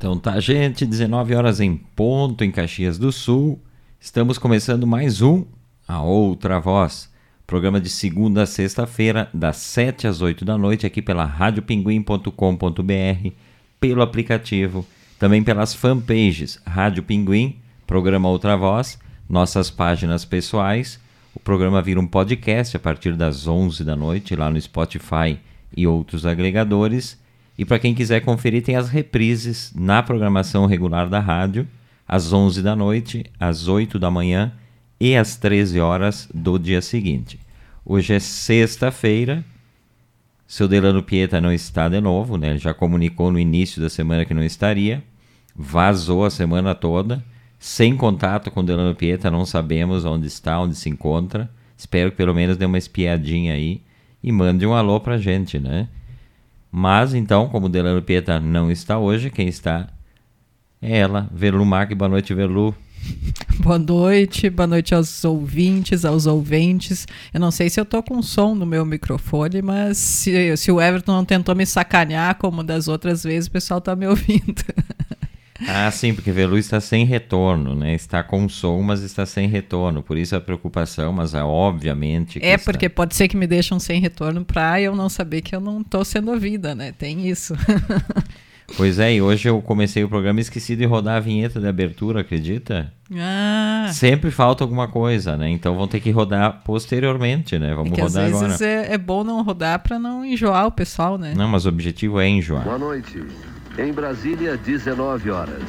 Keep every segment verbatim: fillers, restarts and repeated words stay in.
Então tá, gente, dezenove horas em ponto em Caxias do Sul. Estamos começando mais um A Outra Voz. Programa de segunda a sexta-feira, das sete às oito da noite, aqui pela rádio pinguim ponto com ponto b r, pelo aplicativo, também pelas fanpages Rádio Pinguim, Programa Outra Voz, nossas páginas pessoais. O programa vira um podcast a partir das onze da noite, lá no Spotify e outros agregadores. E para quem quiser conferir, tem as reprises na programação regular da rádio, às onze da noite, às oito da manhã e às treze horas do dia seguinte. Hoje é sexta-feira. Seu Delano Pieta não está de novo, né? Ele já comunicou no início da semana que não estaria. Vazou a semana toda, sem contato com o Delano Pieta, não sabemos onde está, onde se encontra. Espero que pelo menos dê uma espiadinha aí e mande um alô pra gente, né? Mas então, como o Delano Pieta não está hoje, quem está é ela, Verlu Mac. Boa noite, Verlu. Boa noite, boa noite aos ouvintes, aos ouventes. Eu não sei se eu tô com som no meu microfone, mas se, se o Everton não tentou me sacanear como das outras vezes, o pessoal tá me ouvindo. Ah, sim, porque Verlu está sem retorno, né? Está com som, mas está sem retorno. Por isso a preocupação, mas é obviamente que É, está... porque pode ser que me deixem sem retorno pra eu não saber que eu não tô sendo ouvida, né? Tem isso. Pois é, e hoje eu comecei o programa e esqueci de rodar a vinheta de abertura, acredita? Ah. Sempre falta alguma coisa, né? Então vão ter que rodar posteriormente, né? Vamos é que rodar às agora. vezes é, é bom não rodar pra não enjoar o pessoal, né? Não, mas o objetivo é enjoar. Boa noite. Em Brasília, dezenove horas.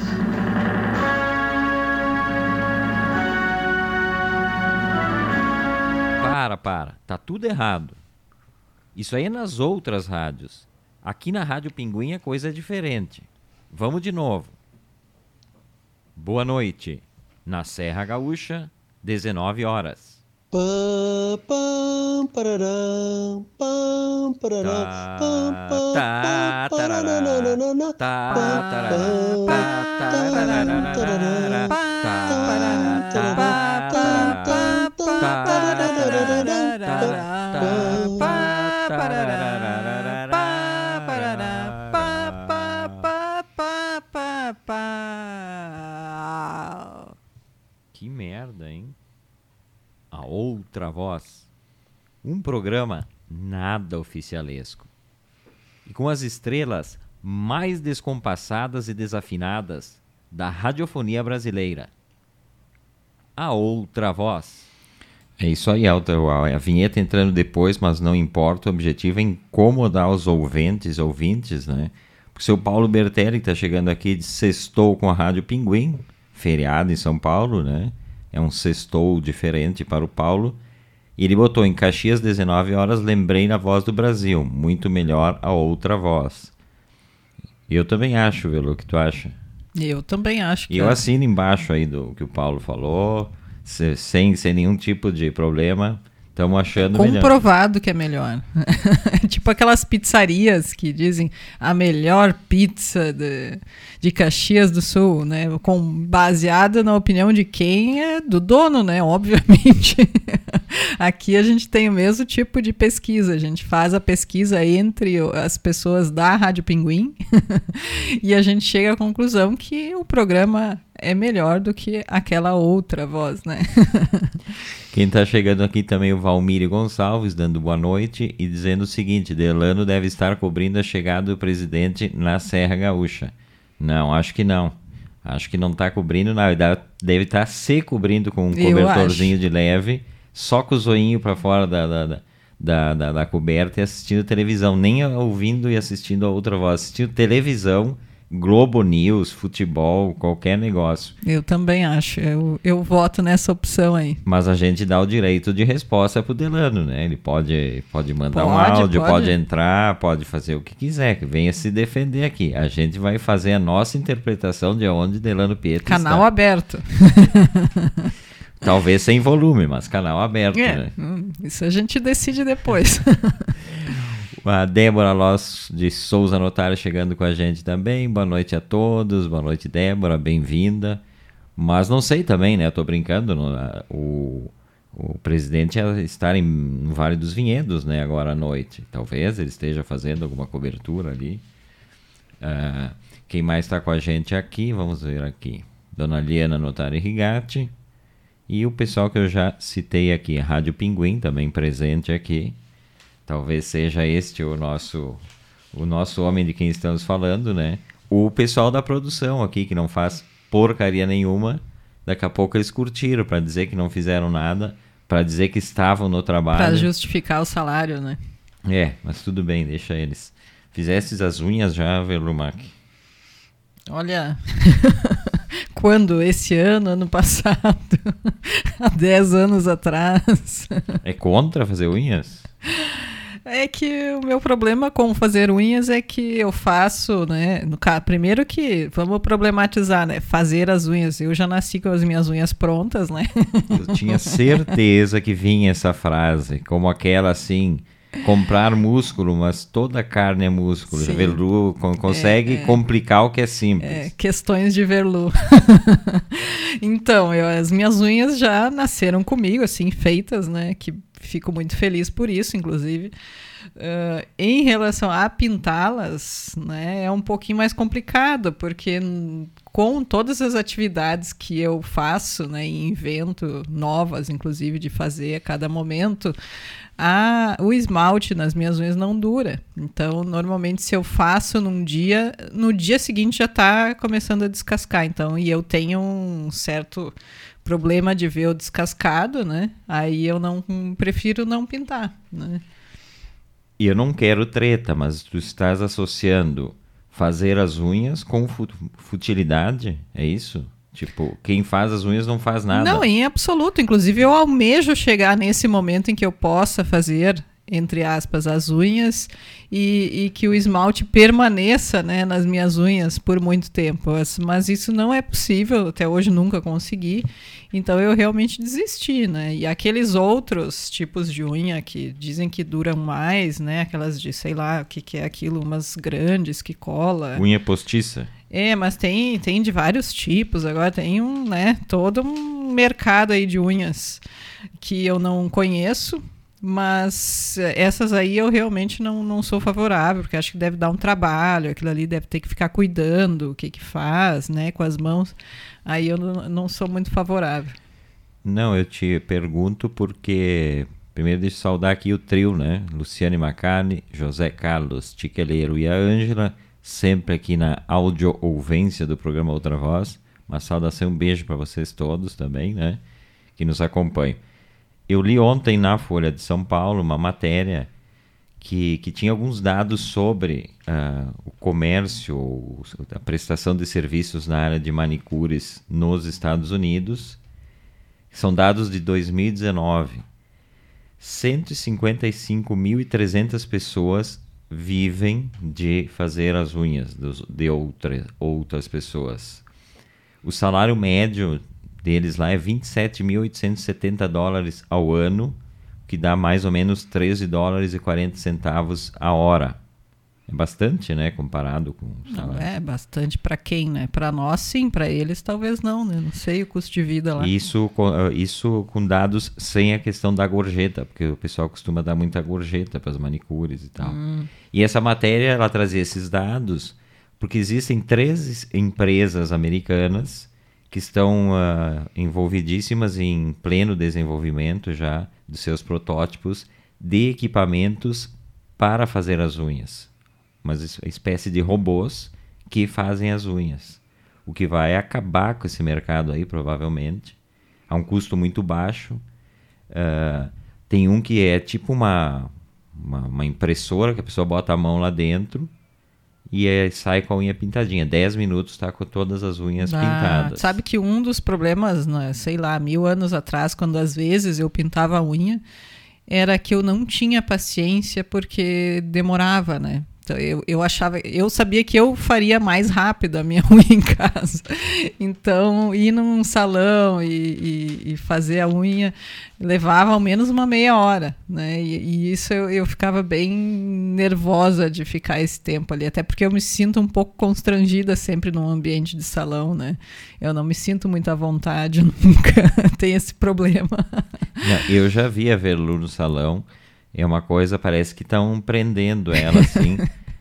Para, para. Tá tudo errado. Isso aí é nas outras rádios. Aqui na Rádio Pinguim a coisa é diferente. Vamos de novo. Boa noite. Na Serra Gaúcha, dezenove horas. Pam, pam, pararam, pam, pararam, pam, pam, Tá, pam, tarará, parananana, tá, pam, tarará, pam, tá, tarará, tarará, tá, tarará, pam, pam, tá, que merda, hein? A Outra Voz. Um programa nada oficialesco. E com as estrelas mais descompassadas e desafinadas da radiofonia brasileira. A Outra Voz. É isso aí, a, a vinheta entrando depois, mas não importa, o objetivo é incomodar os ouvintes, ouvintes, né? Porque o seu Paulo Bertelli, que está chegando aqui, sextou com a Rádio Pinguim, feriado em São Paulo, né? É um sextou diferente para o Paulo. E ele botou em Caxias, dezenove horas, lembrei na Voz do Brasil. Muito melhor a Outra Voz. Eu também acho, Velo, o que tu acha? Eu também acho que E eu é. assino embaixo aí do que o Paulo falou, se, sem, sem nenhum tipo de problema. Estamos achando melhor. Comprovado que é melhor. Tipo aquelas pizzarias que dizem a melhor pizza de, de Caxias do Sul, né? Com, baseada na opinião de quem é do dono, né? Obviamente. Aqui a gente tem o mesmo tipo de pesquisa. A gente faz a pesquisa entre as pessoas da Rádio Pinguim e a gente chega à conclusão que o programa é melhor do que aquela outra voz, né? Quem está chegando aqui também é o Valmírio Gonçalves, dando boa noite e dizendo o seguinte: Delano deve estar cobrindo a chegada do presidente na Serra Gaúcha. Não, acho que não. Acho que não está cobrindo nada. Deve estar se cobrindo com um Eu cobertorzinho acho. de leve, só com o zoinho para fora da, da, da, da, da, da coberta e assistindo televisão. Nem ouvindo e assistindo a outra voz. Assistindo televisão, Globo News, futebol, qualquer negócio. Eu também acho. Eu, eu voto nessa opção aí. Mas a gente dá o direito de resposta pro Delano, né? Ele pode, pode mandar um Pode, áudio, pode. pode. entrar, pode fazer o que quiser, que venha se defender aqui. A gente vai fazer a nossa interpretação de onde Delano Pieta Canal está. aberto. Talvez sem volume, mas canal aberto, É, né? hum, isso a gente decide depois. A Débora Loss de Souza Notário chegando com a gente também. Boa noite a todos. Boa noite, Débora. Bem-vinda. Mas não sei também, né? Eu tô brincando. No, o, o presidente ia estar em, no Vale dos Vinhedos, né? Agora à noite. Talvez ele esteja fazendo alguma cobertura ali. Uh, Quem mais está com a gente aqui? Vamos ver aqui. Dona Liana Notari Rigatti. E o pessoal que eu já citei aqui, a Rádio Pinguim, também presente aqui. Talvez seja este o nosso, o nosso homem de quem estamos falando, né? O pessoal da produção aqui, que não faz porcaria nenhuma. Daqui a pouco eles curtiram para dizer que não fizeram nada, para dizer que estavam no trabalho. Para justificar o salário, né? É, mas tudo bem, deixa eles. Fizestes as unhas já, Verlumac? Olha, quando? Esse ano, ano passado, há dez anos atrás. É contra fazer unhas? É que o meu problema com fazer unhas é que eu faço, né? No caso, primeiro que, vamos problematizar, né? Fazer as unhas. Eu já nasci com as minhas unhas prontas, né? Eu tinha certeza que vinha essa frase, como aquela assim... Comprar músculo, mas toda carne é músculo. Sim. Verlu consegue é, é, complicar o que é simples. É, questões de Verlu. Então, eu, as minhas unhas já nasceram comigo, assim, feitas, né? Que fico muito feliz por isso, inclusive. Uh, em relação a pintá-las, né, é um pouquinho mais complicado, porque com todas as atividades que eu faço, né, e invento novas, inclusive, de fazer a cada momento, a, o esmalte nas minhas unhas não dura. Então, normalmente, se eu faço num dia, no dia seguinte já está começando a descascar. Então, e eu tenho um certo problema de ver o descascado, né? Aí eu não prefiro não pintar, né? E eu não quero treta, mas tu estás associando fazer as unhas com futilidade? É isso? Tipo, quem faz as unhas não faz nada. Não, em absoluto. Inclusive, eu almejo chegar nesse momento em que eu possa fazer, entre aspas, as unhas e, e que o esmalte permaneça, né, nas minhas unhas por muito tempo. Mas isso não é possível, até hoje nunca consegui. Então eu realmente desisti, né? E aqueles outros tipos de unha que dizem que duram mais, né? Aquelas de, sei lá, o que, que é aquilo, umas grandes que cola. Unha postiça. É, mas tem, tem de vários tipos. Agora tem um, né, todo um mercado aí de unhas que eu não conheço. Mas essas aí eu realmente não, não sou favorável, porque acho que deve dar um trabalho, aquilo ali deve ter que ficar cuidando, o que que faz, né, com as mãos. Aí eu não, não sou muito favorável. Não, eu te pergunto porque, primeiro deixa eu saudar aqui o trio, né, Luciane Macarne, José Carlos Tiqueleiro e a Ângela, sempre aqui na audio-ouvência do programa Outra Voz. Uma saudação, um beijo para vocês todos também, né, que nos acompanham. Eu li ontem na Folha de São Paulo uma matéria que, que tinha alguns dados sobre uh, o comércio, a prestação de serviços na área de manicures nos Estados Unidos. São dados de dois mil e dezenove. cento e cinquenta e cinco mil e trezentas pessoas vivem de fazer as unhas dos, de outra, outras pessoas. O salário médio deles lá é vinte e sete mil oitocentos e setenta dólares ao ano, que dá mais ou menos treze dólares e quarenta centavos a hora. É bastante, né, comparado com o salário. Não, é bastante para quem, né? Para nós, sim, para eles talvez não, né? Não sei o custo de vida lá. Isso, isso com dados sem a questão da gorjeta, porque o pessoal costuma dar muita gorjeta para as manicures e tal. Hum. E essa matéria, ela trazia esses dados, porque existem três empresas americanas que estão uh, envolvidíssimas em pleno desenvolvimento já dos seus protótipos de equipamentos para fazer as unhas. Uma espécie de robôs que fazem as unhas. O que vai acabar com esse mercado aí, provavelmente. A um custo muito baixo. Uh, tem um que é tipo uma, uma, uma impressora que a pessoa bota a mão lá dentro e é, sai com a unha pintadinha. dez minutos está com todas as unhas ah, pintadas. Sabe que um dos problemas, né, sei lá, mil anos atrás, quando às vezes eu pintava a unha, era que eu não tinha paciência porque demorava, né? Então, eu, eu achava, eu sabia que eu faria mais rápido a minha unha em casa. Então, ir num salão e, e, e fazer a unha levava ao menos uma meia hora, né? E, e isso eu, eu ficava bem nervosa de ficar esse tempo ali, até porque eu me sinto um pouco constrangida sempre num ambiente de salão, né? Eu não me sinto muito à vontade, nunca tenho esse problema. Não, eu já vi a Verlu no salão. É uma coisa, parece que estão prendendo ela, assim.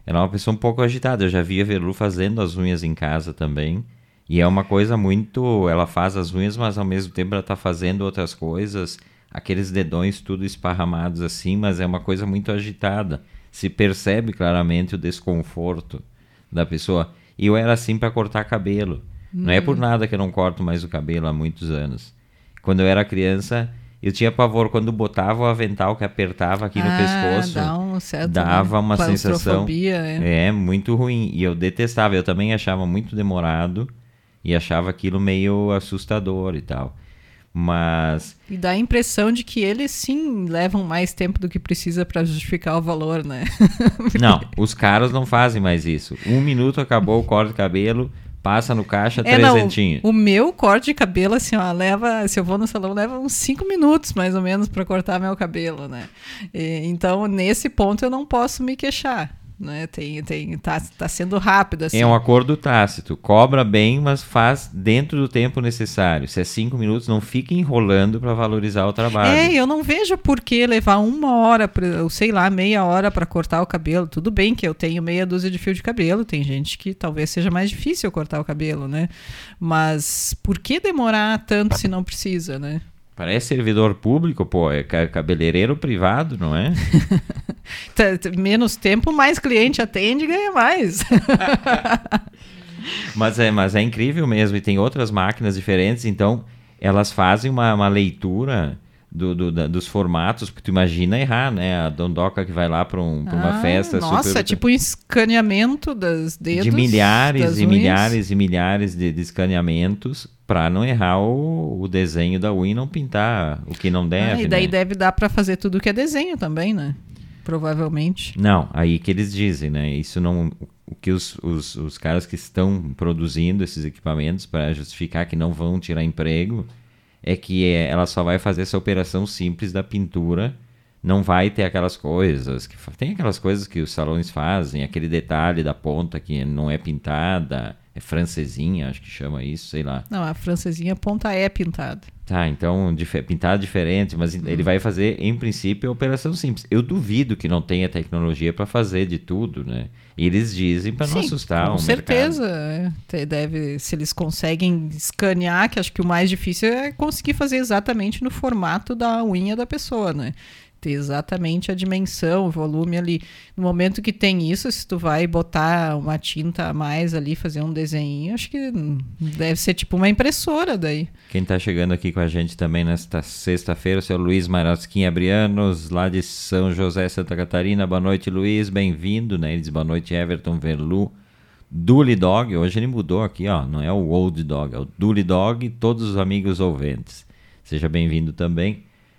ela é uma pessoa um pouco agitada. Eu já vi a Verlu fazendo as unhas em casa também. E é uma coisa muito... Ela faz as unhas, mas ao mesmo tempo ela tá fazendo outras coisas. Aqueles dedões tudo esparramados assim, mas é uma coisa muito agitada. Se percebe claramente o desconforto da pessoa. E eu era assim para cortar cabelo. Hum. Não é por nada que eu não corto mais o cabelo há muitos anos. Quando eu era criança... Eu tinha pavor quando botava o avental que apertava aqui ah, no pescoço. Dá um certo, dava uma sensação é. é muito ruim. E eu detestava. Eu também achava muito demorado e achava aquilo meio assustador e tal. Mas... E dá a impressão de que eles sim levam mais tempo do que precisa para justificar o valor, né? Não, os caras não fazem mais isso. Um minuto acabou o corte de cabelo... Passa no caixa, é, trezentinho. Não, o meu corte de cabelo, assim, ó, leva, se eu vou no salão, leva uns cinco minutos, mais ou menos, para cortar meu cabelo, né? E, então, nesse ponto, eu não posso me queixar, né? Tem, tem, tá, tá sendo rápido, assim. É um acordo tácito. Cobra bem, mas faz dentro do tempo necessário. Se é cinco minutos, não fica enrolando para valorizar o trabalho. É, eu não vejo por que levar uma hora, ou sei lá, meia hora para cortar o cabelo. Tudo bem que eu tenho meia dúzia de fio de cabelo. Tem gente que talvez seja mais difícil cortar o cabelo, né? Mas por que demorar tanto se não precisa, né? Parece servidor público, pô, é cabeleireiro privado, não é? Menos tempo, mais cliente atende e ganha mais. mas, é, mas é incrível mesmo, e tem outras máquinas diferentes, então elas fazem uma, uma leitura do, do, da, dos formatos, porque tu imagina errar, né? A dondoca que vai lá para um, ah, uma festa... Nossa, super... tipo um escaneamento das dedos. De milhares e unhas. milhares e milhares de, de escaneamentos para não errar o, o desenho da unha e não pintar o que não deve. Ah, e daí né? deve dar para fazer tudo que é desenho também, né? Provavelmente. Não, aí que eles dizem, né? Isso não... O que os, os, os caras que estão produzindo esses equipamentos para justificar que não vão tirar emprego... é que ela só vai fazer essa operação simples da pintura, não vai ter aquelas coisas, que tem aquelas coisas que os salões fazem, aquele detalhe da ponta que não é pintada, é francesinha, acho que chama isso, sei lá. Não, a francesinha a ponta é pintada. Tá, então dif- pintada diferente, mas hum. ele vai fazer, em princípio, a operação simples. Eu duvido que não tenha tecnologia para fazer de tudo, né? E eles dizem para não assustar o mercado. Com certeza. É. Deve, se eles conseguem escanear, que acho que o mais difícil é conseguir fazer exatamente no formato da unha da pessoa, né? Ter exatamente a dimensão, o volume ali. No momento que tem isso, se tu vai botar uma tinta a mais ali, fazer um desenho, acho que deve ser tipo uma impressora daí. Quem está chegando aqui com a gente também nesta sexta-feira, o seu Luiz Marasquim Abrianos, lá de São José, Santa Catarina. Boa noite, Luiz, bem-vindo, né? Ele diz boa noite, Everton Verlu. Dully Dog, hoje ele mudou aqui, ó, não é o Old Dog, é o Dully Dog, todos os amigos ouvintes. Seja bem-vindo também.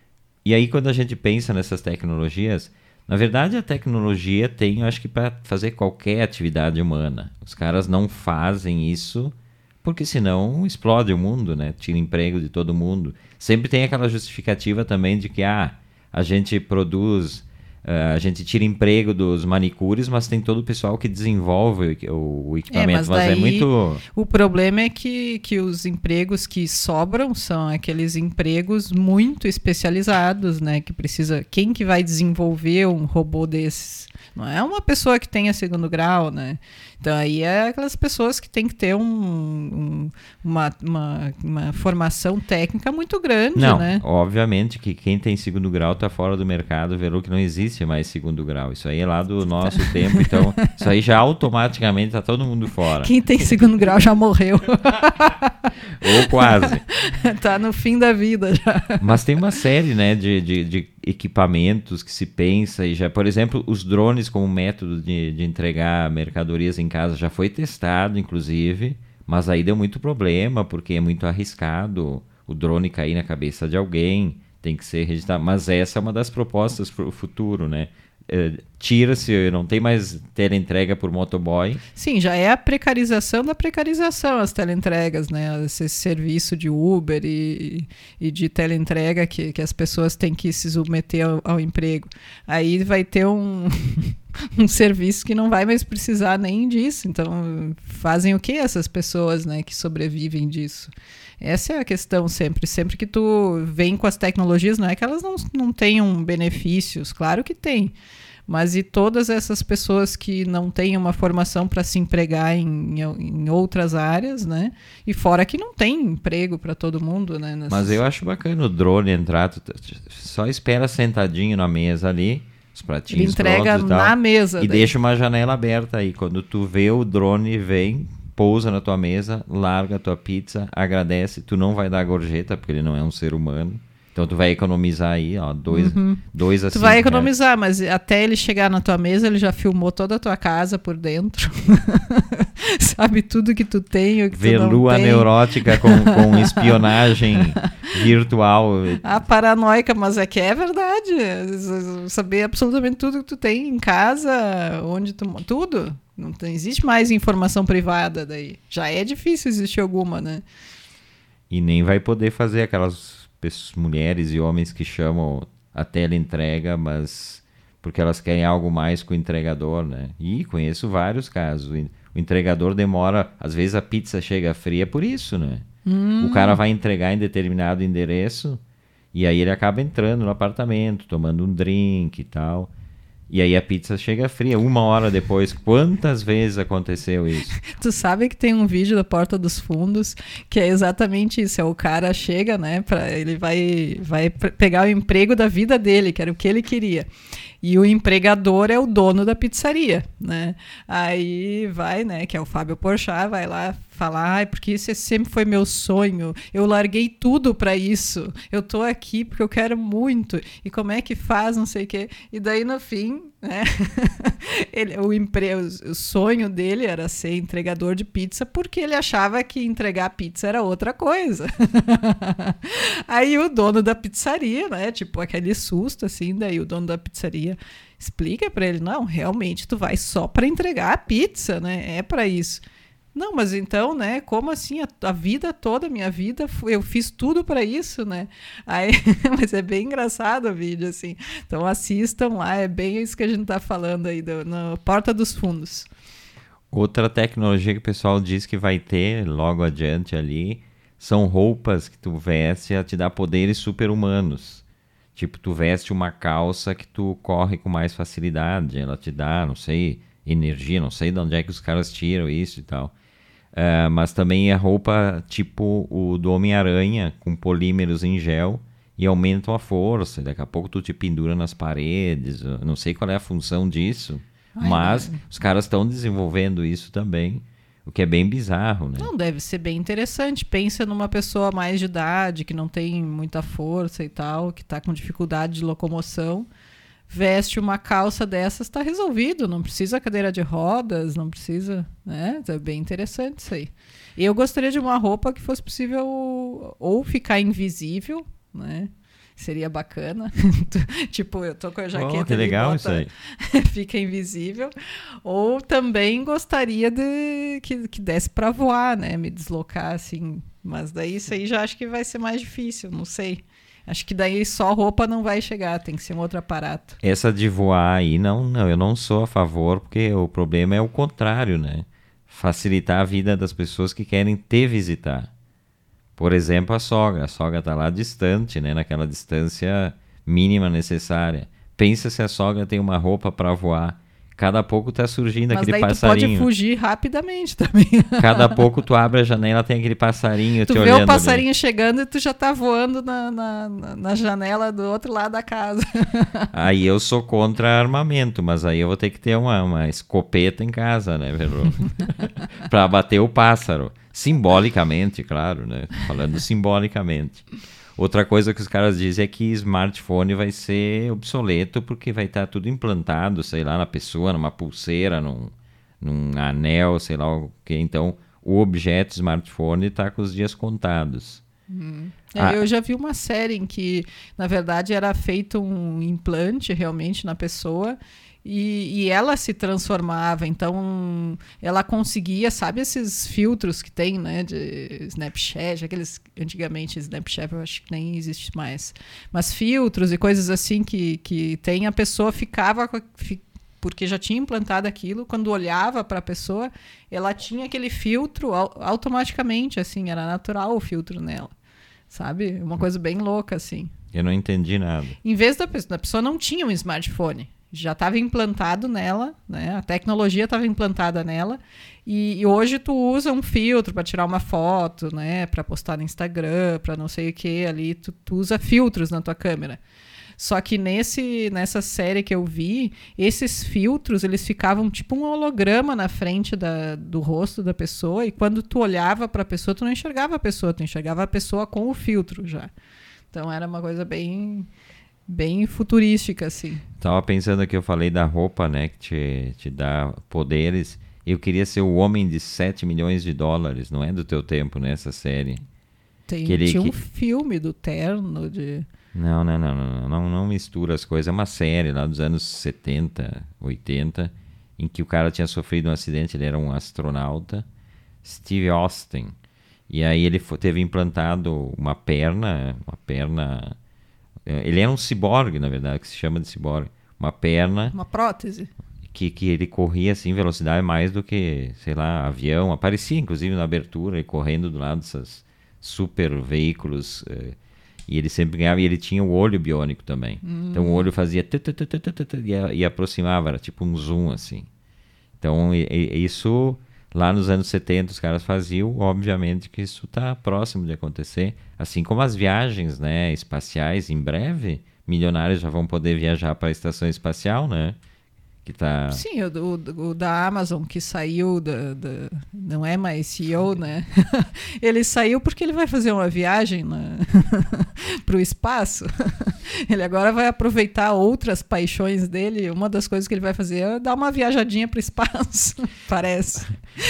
E aí, quando a gente pensa nessas tecnologias, na verdade a tecnologia tem, eu acho que para fazer qualquer atividade humana. Os caras não fazem isso porque senão explode o mundo, né? Tira emprego de todo mundo. Sempre tem aquela justificativa também de que ah, a gente produz, uh, a gente tira emprego dos manicures, mas tem todo o pessoal que desenvolve o, o equipamento. É, mas, mas daí, é muito... o problema é que, que os empregos que sobram são aqueles empregos muito especializados, né? Que precisa... Quem que vai desenvolver um robô desses? Não é uma pessoa que tenha segundo grau, né? Então aí é aquelas pessoas que tem que ter um, um, uma, uma, uma formação técnica muito grande, não, né? Obviamente que quem tem segundo grau está fora do mercado, verou que não existe mais segundo grau. Isso aí é lá do nosso tempo, então isso aí já automaticamente está todo mundo fora. Quem tem segundo grau já morreu. Ou quase. Tá no fim da vida já. Mas tem uma série, né, de, de, de equipamentos que se pensa e já, por exemplo, os drones como método de, de entregar mercadorias em casa já foi testado, inclusive, mas aí deu muito problema porque é muito arriscado o drone cair na cabeça de alguém, tem que ser registrado. Mas essa é uma das propostas para o futuro, né? É, tira-se, não tem mais teleentrega por motoboy. Sim, já é a precarização da precarização as teleentregas, né? Esse serviço de Uber e, e de teleentrega que, que as pessoas têm que se submeter ao, ao emprego. Aí vai ter um, um serviço que não vai mais precisar nem disso. Então, fazem o que essas pessoas, né, que sobrevivem disso? Essa é a questão sempre. Sempre que tu vem com as tecnologias, não é que elas não, não tenham benefícios, claro que tem. Mas e todas essas pessoas que não têm uma formação para se empregar em, em outras áreas, né? E fora que não tem emprego para todo mundo, né? Nessas... Mas eu acho bacana o drone entrar, tu, tu, só espera sentadinho na mesa ali, os pratinhos Ele entrega prontos e tal, na mesa. e daí. deixa uma janela aberta aí. Quando tu vê o drone, vem, pousa na tua mesa, larga a tua pizza, agradece, tu não vai dar gorjeta, porque ele não é um ser humano. Então tu vai economizar aí, ó, dois, Uhum. dois a Tu cinco vai reais. economizar, mas até ele chegar na tua mesa, ele já filmou toda a tua casa por dentro. Sabe tudo que tu tem, o que Ver tu não lua tem. neurótica com, com espionagem virtual. A paranoica, mas é que é verdade. Saber absolutamente tudo que tu tem em casa, onde tu... Tudo. Não tem, existe mais informação privada daí. Já é difícil existir alguma, né? E nem vai poder fazer aquelas pessoas, mulheres e homens que chamam a teleentrega, mas porque elas querem algo mais com o entregador, né? E conheço vários casos. O entregador demora, às vezes a pizza chega fria por isso, né? Hum. O cara vai entregar em determinado endereço e aí ele acaba entrando no apartamento, tomando um drink e tal. E aí a pizza chega fria, uma hora depois. Quantas vezes aconteceu isso? Tu sabe que tem um vídeo da Porta dos Fundos que é exatamente isso. É o cara chega, né? Pra, ele vai, vai pegar o emprego da vida dele, que era o que ele queria. E o empregador é o dono da pizzaria, né? Aí vai, né? Que é o Fábio Porchat, vai lá falar, ai, porque isso sempre foi meu sonho. Eu larguei tudo para isso. Eu tô aqui porque eu quero muito. E como é que faz, não sei o quê. E daí, no fim, né? ele, o, empre... o sonho dele era ser entregador de pizza porque ele achava que entregar pizza era outra coisa. Aí o dono da pizzaria, né? Tipo, aquele susto, assim, daí o dono da pizzaria explica para ele, não, realmente tu vai só para entregar a pizza, né? É para isso. Não, mas então, né, como assim, a, a vida toda, a minha vida, eu fiz tudo para isso, né? Aí, mas é bem engraçado o vídeo, assim. Então assistam lá, é bem isso que a gente tá falando aí, do, no Porta dos Fundos. Outra tecnologia que o pessoal diz que vai ter logo adiante ali, são roupas que tu veste a te dar poderes super-humanos. Tipo, tu veste uma calça que tu corre com mais facilidade, ela te dá, não sei, energia, não sei de onde é que os caras tiram isso e tal. Uh, mas também é roupa tipo o do Homem-Aranha, com polímeros em gel, e aumentam a força. Daqui a pouco tu te pendura nas paredes. Eu não sei qual é a função disso, Ai, mas não. Os caras estão desenvolvendo isso também, o que é bem bizarro, né? Não, deve ser bem interessante. Pensa numa pessoa mais de idade, que não tem muita força e tal, que está com dificuldade de locomoção. Veste uma calça dessas, está resolvido, não precisa cadeira de rodas, não precisa, né? É bem interessante isso aí. Eu gostaria de uma roupa que fosse possível ou ficar invisível, né? Seria bacana. Tipo, eu tô com a jaqueta, oh, que legal bota, isso aí. Fica invisível. Ou também gostaria de que, que desse para voar, né? Me deslocar assim. Mas daí isso aí já acho que vai ser mais difícil, não sei. Acho que daí só roupa não vai chegar, tem que ser um outro aparato. Essa de voar aí, não, não, eu não sou a favor, porque o problema é o contrário, né? Facilitar a vida das pessoas que querem te visitar. Por exemplo, a sogra. A sogra está lá distante, né? Naquela distância mínima necessária. Pensa se a sogra tem uma roupa para voar. Cada pouco tá surgindo Mas aquele daí passarinho. Tu pode fugir rapidamente também. Cada pouco tu abre a janela, tem aquele passarinho tu te vê olhando. O passarinho ali. Chegando e tu já tá voando na, na, na janela do outro lado da casa. Aí eu sou contra armamento, mas aí eu vou ter que ter uma, uma escopeta em casa, né, Verô? Pra bater o pássaro. Simbolicamente, claro, né? Falando simbolicamente. Outra coisa que os caras dizem é que smartphone vai ser obsoleto porque vai estar tudo implantado, sei lá, na pessoa, numa pulseira, num, num anel, sei lá o que. Então, o objeto smartphone está com os dias contados. Hum. Ah. Eu já vi uma série em que, na verdade, era feito um implante realmente na pessoa e, e ela se transformava. Então, ela conseguia, sabe esses filtros que tem, né, de Snapchat, aqueles, antigamente Snapchat eu acho que nem existe mais, mas filtros e coisas assim que, que tem, a pessoa ficava com a, porque já tinha implantado aquilo, quando olhava para a pessoa, ela tinha aquele filtro automaticamente, assim, era natural o filtro nela, sabe? Uma coisa bem louca, assim. Eu não entendi nada. Em vez da pessoa, a pessoa não tinha um smartphone, já estava implantado nela, né? A tecnologia estava implantada nela, e, e hoje tu usa um filtro para tirar uma foto, né? Para postar no Instagram, para não sei o que ali, tu, tu usa filtros na tua câmera. Só que nesse, nessa série que eu vi, esses filtros, eles ficavam tipo um holograma na frente da, do rosto da pessoa, e quando tu olhava para a pessoa, tu não enxergava a pessoa, tu enxergava a pessoa com o filtro já. Então era uma coisa bem, bem futurística, assim. Tava pensando que eu falei da roupa, né, que te, te dá poderes. Eu queria ser o homem de sete milhões de dólares, não é do teu tempo, né, essa série? Tem, Que ele- tinha um que- filme do Terno, de... Não, não, não, não, não, não, não mistura as coisas. É uma série lá dos anos setenta, oitenta, em que o cara tinha sofrido um acidente, ele era um astronauta, Steve Austin. E aí ele fo- teve implantado uma perna, uma perna... eh, Ele era um ciborgue, na verdade, que se chama de ciborgue. Uma perna uma prótese. que, que ele corria assim, velocidade mais do que, sei lá, avião. Aparecia, inclusive, na abertura, ele correndo do lado desses super veículos... eh, E ele sempre ganhava, e ele tinha o olho biônico também. Então o olho fazia tu, tu, tu, tu, tu, tu, tu, e, a- e aproximava, era tipo um zoom assim. Então e- e- isso lá nos anos setenta os caras faziam, obviamente que isso está próximo de acontecer. Assim como as viagens, né, espaciais, em breve, milionários já vão poder viajar para a estação espacial, né? Que tá... Sim, o, o- o da Amazon, que saiu, da, da- não é mais C E O, né? Ele saiu porque ele vai fazer uma viagem para o espaço. Ele agora vai aproveitar outras paixões dele. Uma das coisas que ele vai fazer é dar uma viajadinha para o espaço, parece.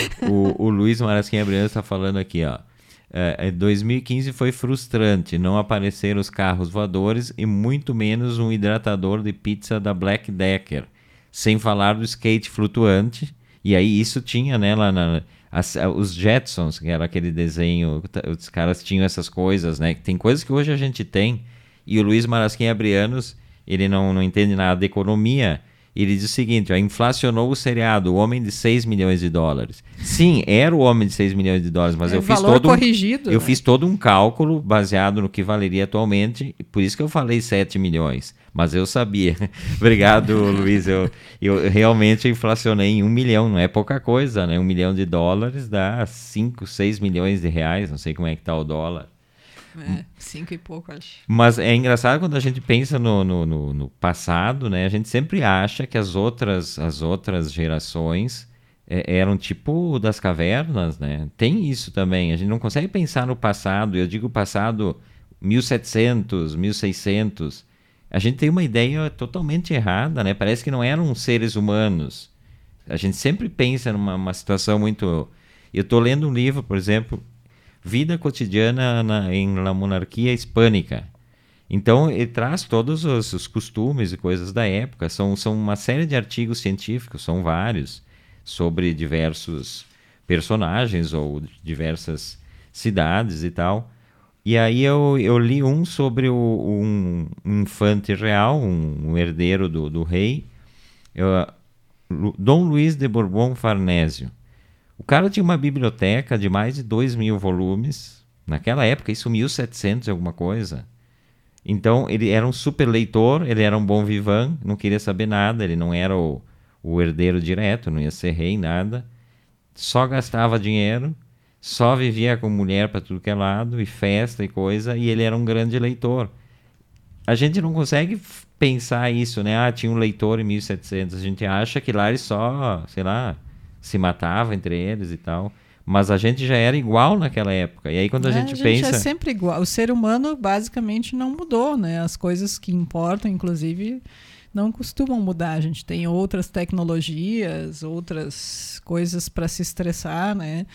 O, o Luiz Marasquinha Briano está falando aqui, ó. É, é, dois mil e quinze foi frustrante, não apareceram os carros voadores e muito menos um hidratador de pizza da Black Decker. Sem falar do skate flutuante. E aí isso tinha, né, lá na... as- os Jetsons, que era aquele desenho, t- os caras tinham essas coisas, né? Tem coisas que hoje a gente tem. E o Luiz Marasquinha Brianos, ele não, não entende nada de economia. Ele diz o seguinte, ó, inflacionou o seriado, o Homem de seis milhões de dólares. Sim, era o Homem de seis milhões de dólares, mas É eu fiz valor todo um- corrigido, eu né? fiz todo um cálculo baseado no que valeria atualmente, e por isso que eu falei sete milhões. Mas eu sabia. Obrigado, Luiz. Eu, eu realmente inflacionei em um milhão, não é pouca coisa, né? Um milhão de dólares dá cinco, seis milhões de reais, não sei como é que tá o dólar. É, cinco e pouco, acho. Mas é engraçado quando a gente pensa no, no, no- no passado, né? A gente sempre acha que as outras, as outras gerações é, eram tipo das cavernas, né? Tem isso também. A gente não consegue pensar no passado. Eu digo passado mil e setecentos, mil e seiscentos. A gente tem uma ideia totalmente errada, né? Parece que não eram seres humanos. A gente sempre pensa numa uma situação muito... Eu estou lendo um livro, por exemplo, Vida Cotidiana na, em La Monarquia Hispânica. Então, ele traz todos os, os costumes e coisas da época. São, são uma série de artigos científicos, são vários, sobre diversos personagens ou diversas cidades e tal. E aí eu, eu li um sobre o, um, um infante real, um, um herdeiro do, do rei, eu, Lu- Dom Luís de Bourbon Farnésio. O cara tinha uma biblioteca de mais de dois mil volumes. Naquela época, isso mil e setecentos e alguma coisa. Então, ele era um super leitor, ele era um bom vivan, não queria saber nada, ele não era o, o herdeiro direto, não ia ser rei, nada. Só gastava dinheiro, só vivia com mulher para tudo que é lado, e festa e coisa, e ele era um grande leitor. A gente não consegue f- pensar isso, né? Ah, tinha um leitor em mil e setecentos. A gente acha que lá eles só, sei lá, se matavam entre eles e tal. Mas a gente já era igual naquela época. E aí quando a É, gente, pensa... é sempre igual. O ser humano basicamente não mudou, né? As coisas que importam, inclusive, não costumam mudar. A gente tem outras tecnologias, outras coisas para se estressar, né?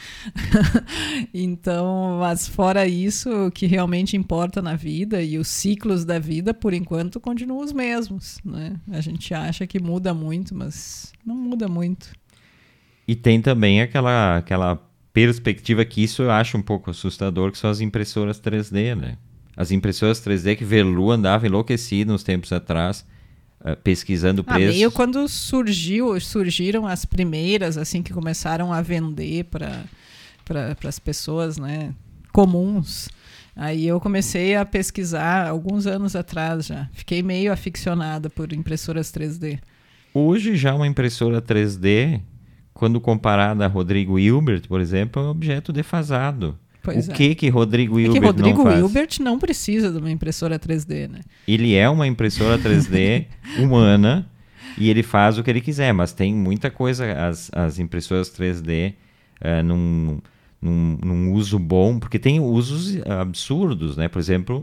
Então, mas fora isso, o que realmente importa na vida e os ciclos da vida, por enquanto, continuam os mesmos, né? A gente acha que muda muito, mas não muda muito. E tem também aquela, aquela perspectiva que isso eu acho um pouco assustador, que são as impressoras três D, né? As impressoras três D que Verlu andava enlouquecido uns tempos atrás, uh, pesquisando Ah, preços. meio quando surgiu, surgiram as primeiras, assim, que começaram a vender para para as pessoas, né, comuns. Aí eu comecei a pesquisar alguns anos atrás já. Fiquei meio aficionada por impressoras três D. Hoje já uma impressora três D, quando comparada a Rodrigo Hilbert, por exemplo, é um objeto defasado. Pois o é. que que Rodrigo É que Hilbert Rodrigo não faz? Hilbert não precisa de uma impressora três D, né? Ele é uma impressora três D humana e ele faz o que ele quiser, mas tem muita coisa, as, as impressoras três D uh, num, num, num uso bom, porque tem usos absurdos, né? Por exemplo,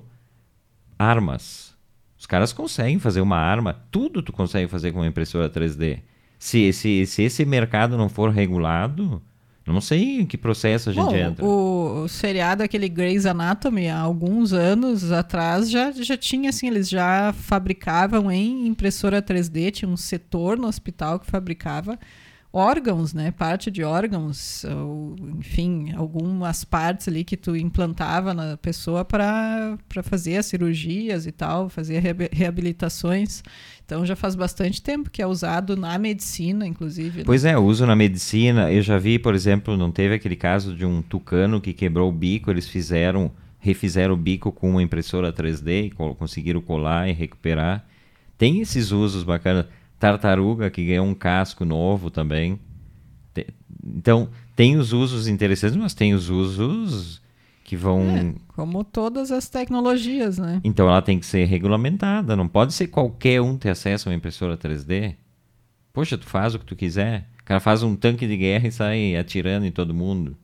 armas. Os caras conseguem fazer uma arma, tudo tu consegue fazer com uma impressora três D. Se, se, se esse mercado não for regulado, não sei em que processo a gente Bom, entra. O, o seriado, aquele Grey's Anatomy, há alguns anos atrás, já, já tinha, assim, eles já fabricavam em impressora três D, tinha um setor no hospital que fabricava órgãos, né? Parte de órgãos, ou, enfim, algumas partes ali que tu implantava na pessoa para fazer as cirurgias e tal, fazer reabilitações. Então já faz bastante tempo que é usado na medicina, inclusive. Né? Pois é, uso na medicina. Eu já vi, por exemplo, não teve aquele caso de um tucano que quebrou o bico, eles fizeram, refizeram o bico com uma impressora três D e co- conseguiram colar e recuperar. Tem esses usos bacanas. Tartaruga que ganhou um casco novo também. Te- Então, tem os usos interessantes, mas tem os usos que vão... É, como todas as tecnologias, né? Então ela tem que ser regulamentada, não pode ser qualquer um ter acesso a uma impressora três D. Poxa, tu faz o que tu quiser. O cara faz um tanque de guerra e sai atirando em todo mundo.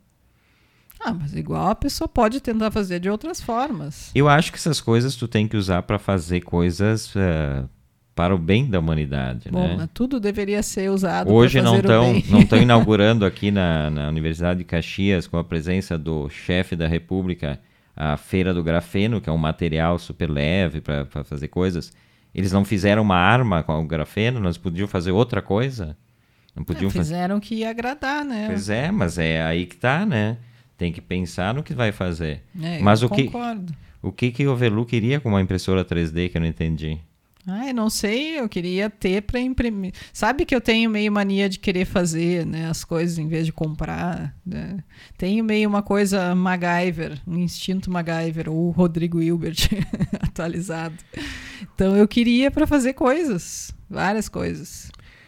Ah, mas igual a pessoa pode tentar fazer de outras formas. Eu acho que essas coisas tu tem que usar para fazer coisas uh, para o bem da humanidade, Bom, né? mas tudo deveria ser usado Hoje para não fazer estão o bem. não estão inaugurando aqui na, na Universidade de Caxias, com a presença do chefe da República, a Feira do Grafeno, que é um material super leve para fazer coisas. Eles não fizeram uma arma com o grafeno, nós podiam fazer outra coisa. Não podiam É, fazer. fizeram que ia agradar, né? Pois é, mas é aí que tá, né? Tem que pensar no que vai fazer. É, mas eu o que, concordo. o que que o Velu queria com uma impressora três D que eu não entendi? Ah, eu não sei, eu queria ter para imprimir. Sabe que eu tenho meio mania de querer fazer, né, as coisas em vez de comprar, né? Tenho meio uma coisa MacGyver, um instinto MacGyver, ou Rodrigo Hilbert atualizado. Então eu queria para fazer coisas, várias coisas.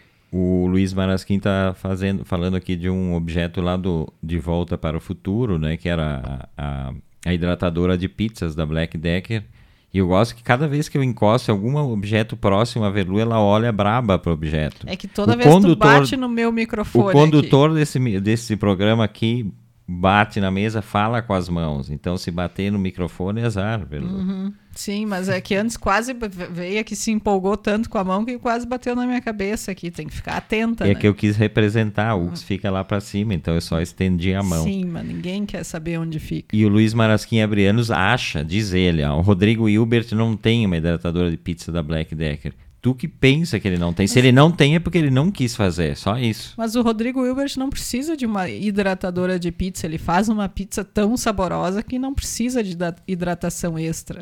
O Luiz Marasquim está fazendo, falando aqui de um objeto lá do De Volta para o Futuro, né, que era a, a, a hidratadora de pizzas da Black Decker. E eu gosto que cada vez que eu encosto em algum objeto próximo à Velu, ela olha braba para o objeto. É que toda O vez que tu condutor- bate no meu microfone O condutor desse, mi- desse programa aqui bate na mesa, fala com as mãos. Então, se bater no microfone, é azar, Velu. Uhum. Sim, mas é que antes quase veio que se empolgou tanto com a mão que quase bateu na minha cabeça aqui. Tem que ficar atenta, É né? que eu quis representar, o Ux fica lá para cima, então eu só estendi a mão. Sim, mas ninguém quer saber onde fica. E o Luiz Marasquim Abrianos acha, diz ele, ó, o Rodrigo Hilbert não tem uma hidratadora de pizza da Black Decker. Tu que pensa que ele não tem. Se ele não tem é porque ele não quis fazer, só isso. Mas o Rodrigo Hilbert não precisa de uma hidratadora de pizza. Ele faz uma pizza tão saborosa que não precisa de da- hidratação extra.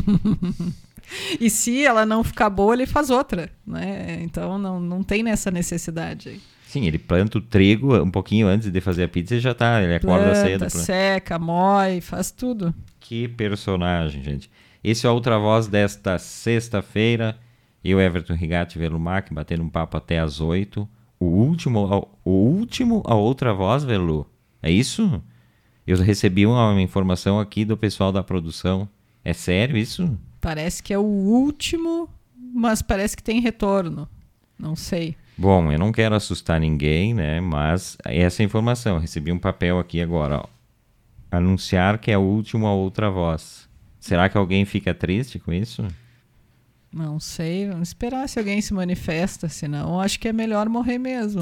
E se ela não ficar boa, ele faz outra, né? Então não, não tem nessa necessidade aí. Sim, ele planta o trigo um pouquinho antes de fazer a pizza e já tá, ele acorda Planta, cedo. Planta. seca, mói, faz tudo. Que personagem, gente. Esse é o Outra Voz desta sexta-feira. Eu, Everton Rigatti e Velumac, batendo um papo até às oito. O último, ao- o último a Outra Voz, Velu. É isso? Eu recebi uma, uma informação aqui do pessoal da produção. É sério isso? Parece que é o último, mas parece que tem retorno. Não sei. Bom, eu não quero assustar ninguém, né? Mas essa é a informação. Eu recebi um papel aqui agora, ó. Anunciar que é o último a Outra Voz. Será que alguém fica triste com isso? Não sei, vamos esperar se alguém se manifesta, senão acho que é melhor morrer mesmo.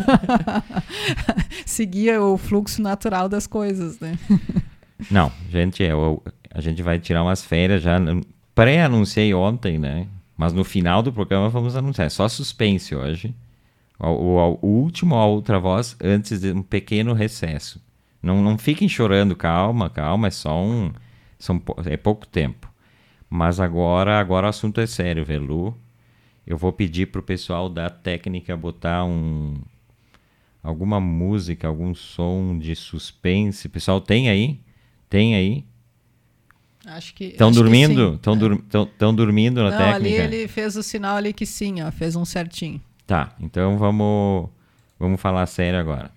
Seguir o fluxo natural das coisas, né? Não, gente, é, o- a gente vai tirar umas férias já. Pré-anunciei ontem, né? Mas no final do programa vamos anunciar. É só suspense hoje. O, o- o último a Outra Voz antes de um pequeno recesso. Não, não fiquem chorando, calma, calma. É só um... São, pou- é pouco tempo. Mas agora, agora o assunto é sério, Velu. Eu vou pedir pro pessoal da técnica botar um... alguma música, algum som de suspense. Pessoal, tem aí? Tem aí? Acho que. Estão acho que dormindo? sim. Estão É. dur tão, tão dormindo na Não, técnica? ali ele fez o sinal ali que sim, ó, fez um certinho. Tá, então vamos, vamos falar sério agora.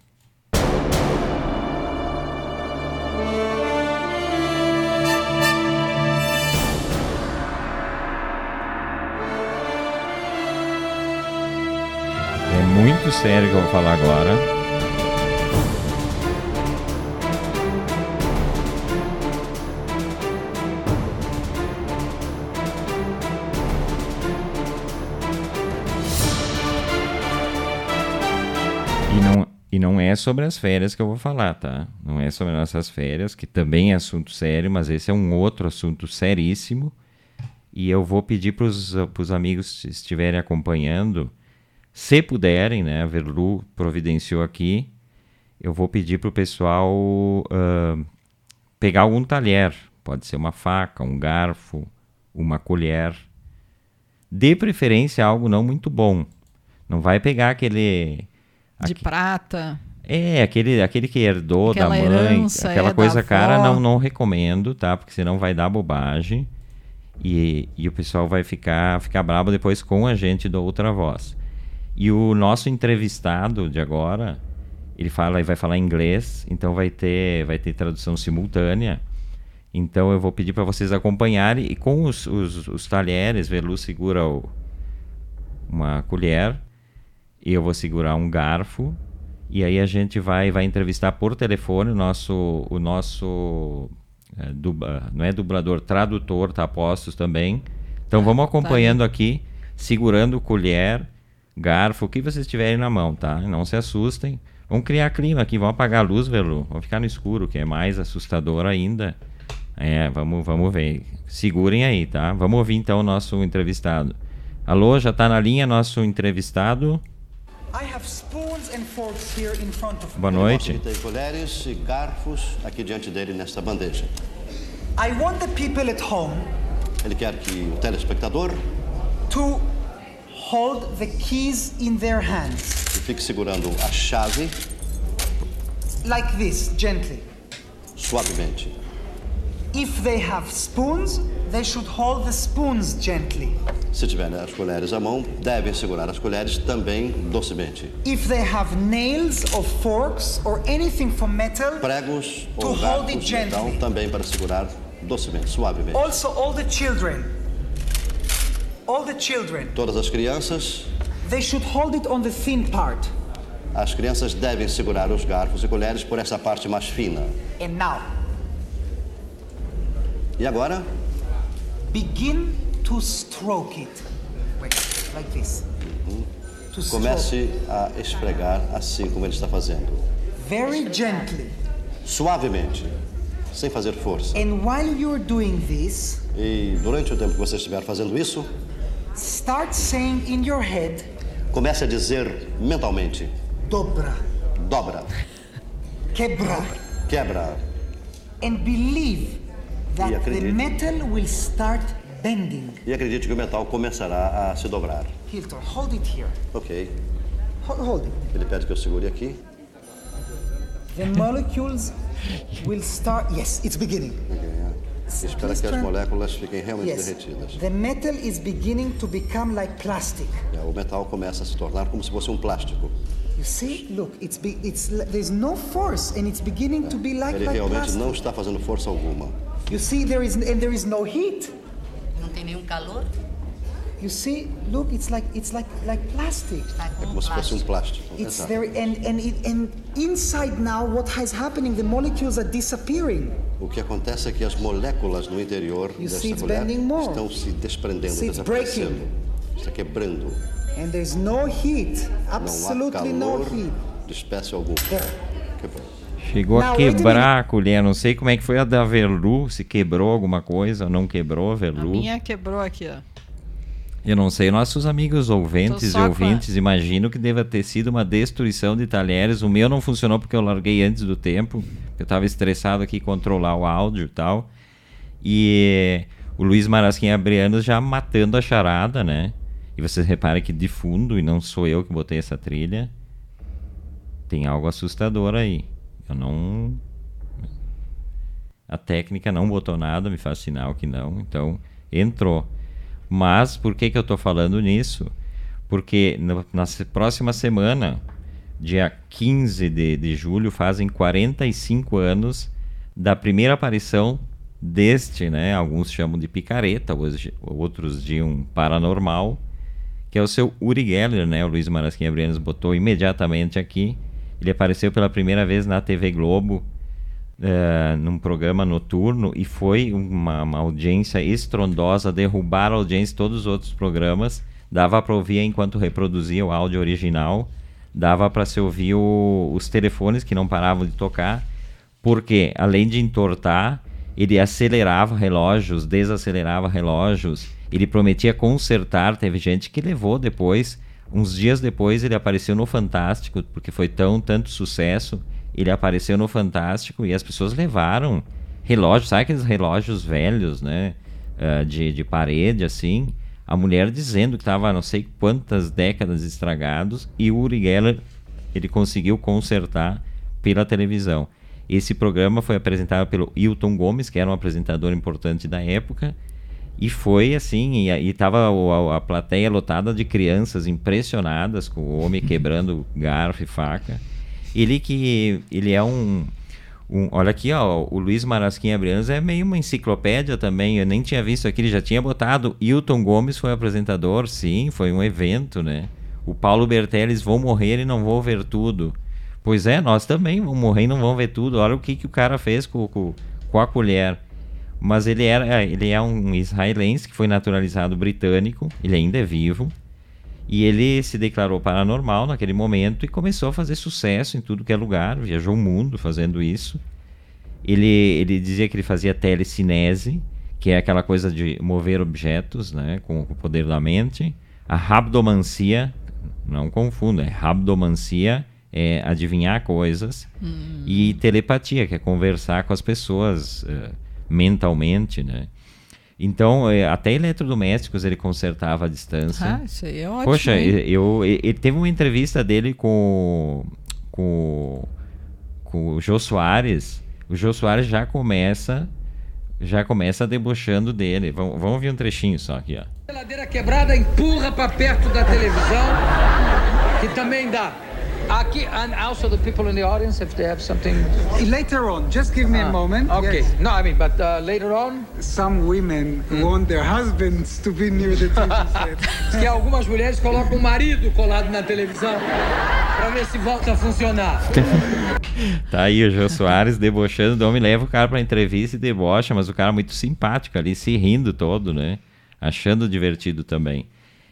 É muito sério que eu vou falar agora. E não, e não é sobre as férias que eu vou falar, tá? Não é sobre nossas férias, que também é assunto sério, mas esse é um outro assunto seríssimo. E eu vou pedir para os amigos que estiverem acompanhando, se puderem, né? A Verlu providenciou aqui, eu vou pedir para o pessoal uh, pegar algum talher. Pode ser uma faca, um garfo, uma colher. De preferência algo não muito bom. Não vai pegar aquele... De Aqui- prata. É, aquele, aquele que herdou Aquela da mãe, herança, aquela é, coisa da cara, avó. não, não recomendo, tá? Porque senão vai dar bobagem e, e o pessoal vai ficar, ficar bravo depois com a gente do Outra Voz. E o nosso entrevistado de agora, ele fala e vai falar inglês, então vai ter, vai ter tradução simultânea. Então eu vou pedir para vocês acompanharem e com os, os, os talheres, Velu segura o, uma colher, eu vou segurar um garfo e aí a gente vai, vai entrevistar por telefone o nosso, o nosso é, dubla, não é dublador, tradutor, tá a postos também. Então vamos acompanhando aqui, segurando colher, garfo, o que vocês tiverem na mão, tá? Não se assustem. Vamos criar clima aqui, vamos apagar a luz, Velu. Vamos ficar no escuro, que é mais assustador ainda. É, vamos, vamos ver. Segurem aí, tá? Vamos ouvir então o nosso entrevistado. Alô, já tá na linha nosso entrevistado? I have spoons and forks here in front of me. Boa Mostra noite. que tem colheres e garfos aqui diante dele nesta bandeja. I want the people at home Ele quer que o telespectador to hold the keys in their hands, fique segurando a chave like this, gently. suavemente. If they have spoons, they should hold the spoons gently. Se tiver as colheres à mão, devem segurar as colheres também docemente. If they have nails or forks or anything from metal, Pregos To ou hold it garfos, então, gently. também para segurar docemente, suavemente. also all the children, all the children, Todas as crianças, they should hold it on the thin part. as crianças devem segurar os garfos e colheres por essa parte mais fina. And now, E agora, begin to stroke it. Wait, like this. To stroke. comece a esfregar assim como ele está fazendo. Very gently. Suavemente, sem fazer força. And while you're doing this, E durante o tempo que você estiver fazendo isso, start saying in your head, comece a dizer mentalmente: dobra, dobra, quebra, quebra. and believe that E the acredite. metal will start bending. E acredite que o metal começará a se dobrar. Hilton, hold it here. Ok. Hold, hold it. Ele pede que eu segure aqui. The molecules will start. Yes, it's beginning. E espera que as moléculas fiquem realmente Yes, derretidas. the metal is beginning to become like plastic. É, o metal começa a se tornar como se fosse um plástico. You see, look, it's be, it's there's no force, and it's beginning to be like Ele like realmente plastic. não está fazendo força alguma. You see, there is and there is no heat. Não tem nenhum calor? You see, look, it's like it's like like plastic. Tá É com como se fosse um plástico. plástico. It's Exato. very and and it, and inside now, what is happening? The molecules are disappearing. O que acontece é que as moléculas no interior You desta see it's colher bending more. estão se desprendendo, See, it's desaparecendo. Está quebrando. And there's no heat, Não há absolutely no calor heat. de espécie alguma. There. Quebrou. Chegou a Não, wait a quebrar a colher. Não sei como é que foi a da Verlu, se quebrou alguma coisa ou não quebrou a A Verlu. minha quebrou aqui, ó. Eu não sei, nossos amigos ouvintes Tô e só com a- ouvintes, imagino que deva ter sido uma destruição de talheres. O meu não funcionou porque eu larguei antes do tempo. Eu estava estressado aqui controlar o áudio e tal. E o Luiz Marasquim Abrianos já matando a charada, né? E vocês reparem que de fundo, e não sou eu que botei essa trilha, tem algo assustador aí. Eu não... A técnica não botou nada, me faz sinal que não, então entrou. Mas por que que eu estou falando nisso? Porque na, na próxima semana, dia quinze de, de julho, fazem quarenta e cinco anos da primeira aparição deste, né? Alguns chamam de picareta, outros de um paranormal, que é o seu Uri Geller, né? O Luiz Marasquim Abrianos botou imediatamente aqui. Ele apareceu pela primeira vez na T V Globo, Uh, num programa noturno, e foi uma, uma audiência estrondosa, derrubaram a audiência de todos os outros programas, dava para ouvir enquanto reproduzia o áudio original, dava para se ouvir o, os telefones que não paravam de tocar, porque além de entortar, ele acelerava relógios, desacelerava relógios, ele prometia consertar. Teve gente que levou depois, uns dias depois ele apareceu no Fantástico, porque foi tão, tanto sucesso. Ele apareceu no Fantástico e as pessoas levaram relógios, sabe aqueles relógios velhos, né? Uh, de, de parede, assim. A mulher dizendo que estava não sei quantas décadas estragados, e o Uri Geller, ele conseguiu consertar pela televisão. Esse programa foi apresentado pelo Hilton Gomes, que era um apresentador importante da época, e foi assim, e estava a, a plateia lotada de crianças impressionadas com o homem quebrando garfo e faca. Ele que ele é um, um olha aqui, ó, o Luiz Marasquim Abrianos é meio uma enciclopédia também. Eu nem tinha visto aqui, ele já tinha botado. Hilton Gomes foi apresentador, sim, foi um evento, né? O Paulo Berteles, vou morrer e não vou ver tudo. Pois é, nós também vamos morrer e não vamos ver tudo. Olha o que, que o cara fez com, com, com a colher. Mas ele, era, ele é um israelense que foi naturalizado britânico, ele ainda é vivo. E ele se declarou paranormal naquele momento e começou a fazer sucesso em tudo que é lugar, viajou o mundo fazendo isso. Ele, ele dizia que ele fazia telecinese, que é aquela coisa de mover objetos, né, com o poder da mente. A rabdomancia, não confunda, é rabdomancia, é adivinhar coisas. Hum. E telepatia, que é conversar com as pessoas uh, mentalmente, né? Então, até eletrodomésticos ele consertava à distância. Ah, isso aí é ótimo. Poxa, eu, eu, ele teve uma entrevista dele com, com, com o Jô Soares. O Jô Soares já começa, já começa debochando dele. Vamos, vamos ouvir um trechinho só aqui, ó. A geladeira quebrada empurra para perto da televisão, que também dá. Aqui, and also the people in the audience, if they have something. Later on, just give me uh, a moment. Okay. Yes. No, I mean, but uh, later on. Some women mm. want their husbands to be near the T V set. Que algumas mulheres colocam o marido colado na televisão para ver se volta a funcionar. Tá aí o Jô Soares debochando do homem, leva o cara pra entrevista e debocha, mas o cara muito simpático ali, se rindo todo, né? Achando divertido também.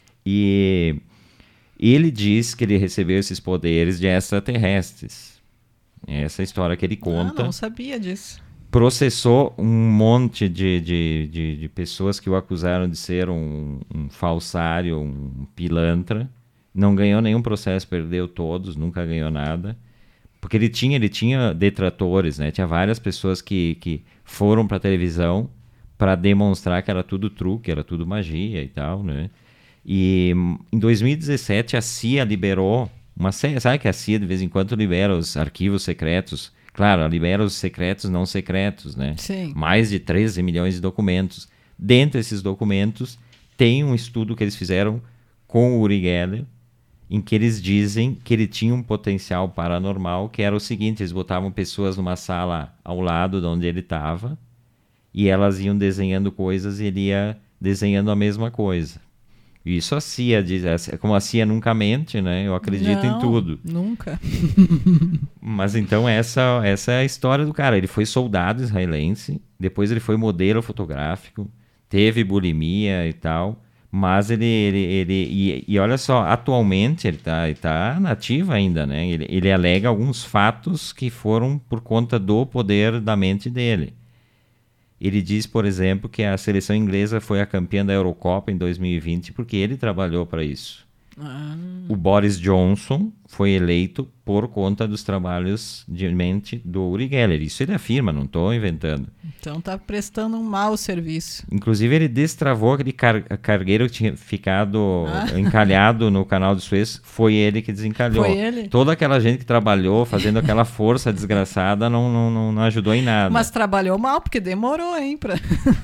E ele diz que ele recebeu esses poderes de extraterrestres. Essa é a história que ele conta. Ah, não sabia disso. Processou um monte de, de, de, de pessoas que o acusaram de ser um, um falsário, um pilantra. Não ganhou nenhum processo, perdeu todos, nunca ganhou nada. Porque ele tinha, ele tinha detratores, né? Tinha várias pessoas que, que foram para a televisão para demonstrar que era tudo truque, era tudo magia e tal, né? E em dois mil e dezessete a C I A liberou uma série, sabe que a C I A de vez em quando libera os arquivos secretos? Claro, ela libera os secretos não secretos, né? Sim. Mais de treze milhões de documentos. Dentro desses documentos tem um estudo que eles fizeram com o Uri Geller, em que eles dizem que ele tinha um potencial paranormal, que era o seguinte: eles botavam pessoas numa sala ao lado de onde ele estava e elas iam desenhando coisas e ele ia desenhando a mesma coisa. Isso a C I A diz, como a C I A nunca mente, né? Eu acredito Não, em tudo. Nunca. Mas então essa, essa é a história do cara. Ele foi soldado israelense, depois ele foi modelo fotográfico, teve bulimia e tal, mas ele... ele, ele e, e olha só, atualmente ele está tá nativo ainda, né? Ele, ele alega alguns fatos que foram por conta do poder da mente dele. Ele diz, por exemplo, que a seleção inglesa foi a campeã da Eurocopa em dois mil e vinte porque ele trabalhou para isso. Ah. O Boris Johnson foi eleito por conta dos trabalhos de mente do Uri Geller. Isso ele afirma, não estou inventando. Então tá prestando um mau serviço. Inclusive ele destravou aquele car- cargueiro que tinha ficado Ah. encalhado no canal de Suez. Foi ele que desencalhou. Foi ele? Toda aquela gente que trabalhou fazendo aquela força desgraçada não, não, não, não ajudou em nada. Mas trabalhou mal, porque demorou, hein, pra,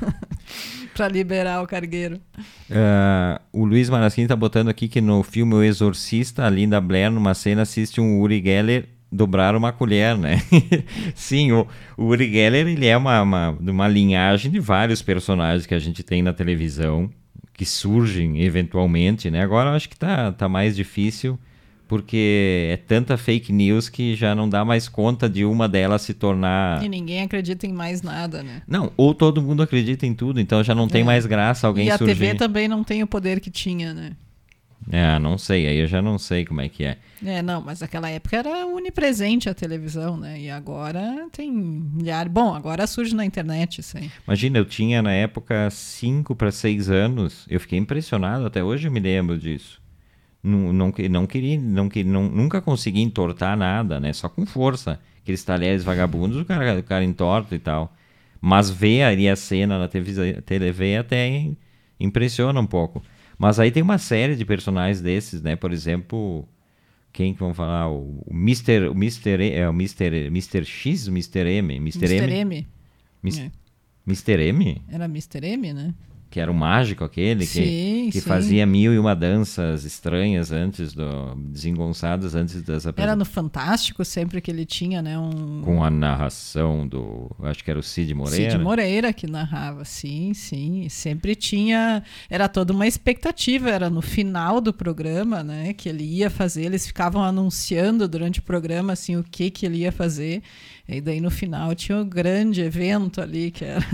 pra liberar o cargueiro. Uh, o Luiz Maraschini tá botando aqui que no filme O Exorcista, a Linda Blair, numa cena, assiste um Uri Geller dobrar uma colher, né? Sim, o, o Uri Geller, ele é uma, uma, uma linhagem de vários personagens que a gente tem na televisão, que surgem eventualmente, né? Agora eu acho que tá, tá mais difícil, porque é tanta fake news que já não dá mais conta de uma delas se tornar... E ninguém acredita em mais nada, né? Não, ou todo mundo acredita em tudo, então já não tem É. mais graça alguém E a surgir. T V também não tem o poder que tinha, né? É, não sei, aí eu já não sei como é que é. É, não, mas naquela época era onipresente a televisão, né? E agora tem milhares... Bom, agora surge na internet isso aí. Imagina, eu tinha na época cinco para seis anos, eu fiquei impressionado, até hoje eu me lembro disso. Não, não, não queria, não, não, nunca consegui entortar nada, né? Só com força. Aqueles talheres vagabundos, o cara, o cara entorta e tal. Mas ver ali a cena na T V, T V até impressiona um pouco. Mas aí tem uma série de personagens desses, né? Por exemplo, quem que vamos falar? O, o mister O mister E, é o mister mister X, o mister M? mister mister M? M. Mis- É. mister M? Era mister M, né? Que era o mágico aquele Sim, que, que sim. fazia mil e uma danças estranhas antes do... desengonçadas antes das Era apresentações. no Fantástico sempre que ele tinha, né? Um... Com a narração do... acho que era o Cid Moreira. Cid Moreira que narrava, sim, sim. Sempre tinha... Era toda uma expectativa, era no final do programa, né? Que ele ia fazer, eles ficavam anunciando durante o programa, assim, o que que ele ia fazer. E daí no final tinha o grande evento ali, que era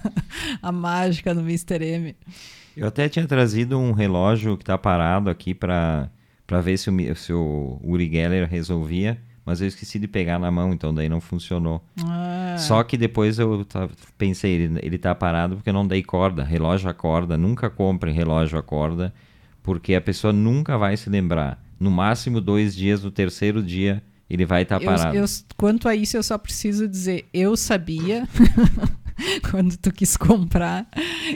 a mágica no mister M. Eu até tinha trazido um relógio que está parado aqui para para ver se o, mi- se o Uri Geller resolvia, mas eu esqueci de pegar na mão, então daí não funcionou. Ah, Só que depois eu ta- pensei, ele, ele tá parado porque eu não dei corda, relógio a corda, nunca compre relógio a corda, porque a pessoa nunca vai se lembrar. No máximo dois dias, no terceiro dia, ele vai estar eu- parado. eu- quanto a isso, eu só preciso dizer, eu sabia quando tu quis comprar,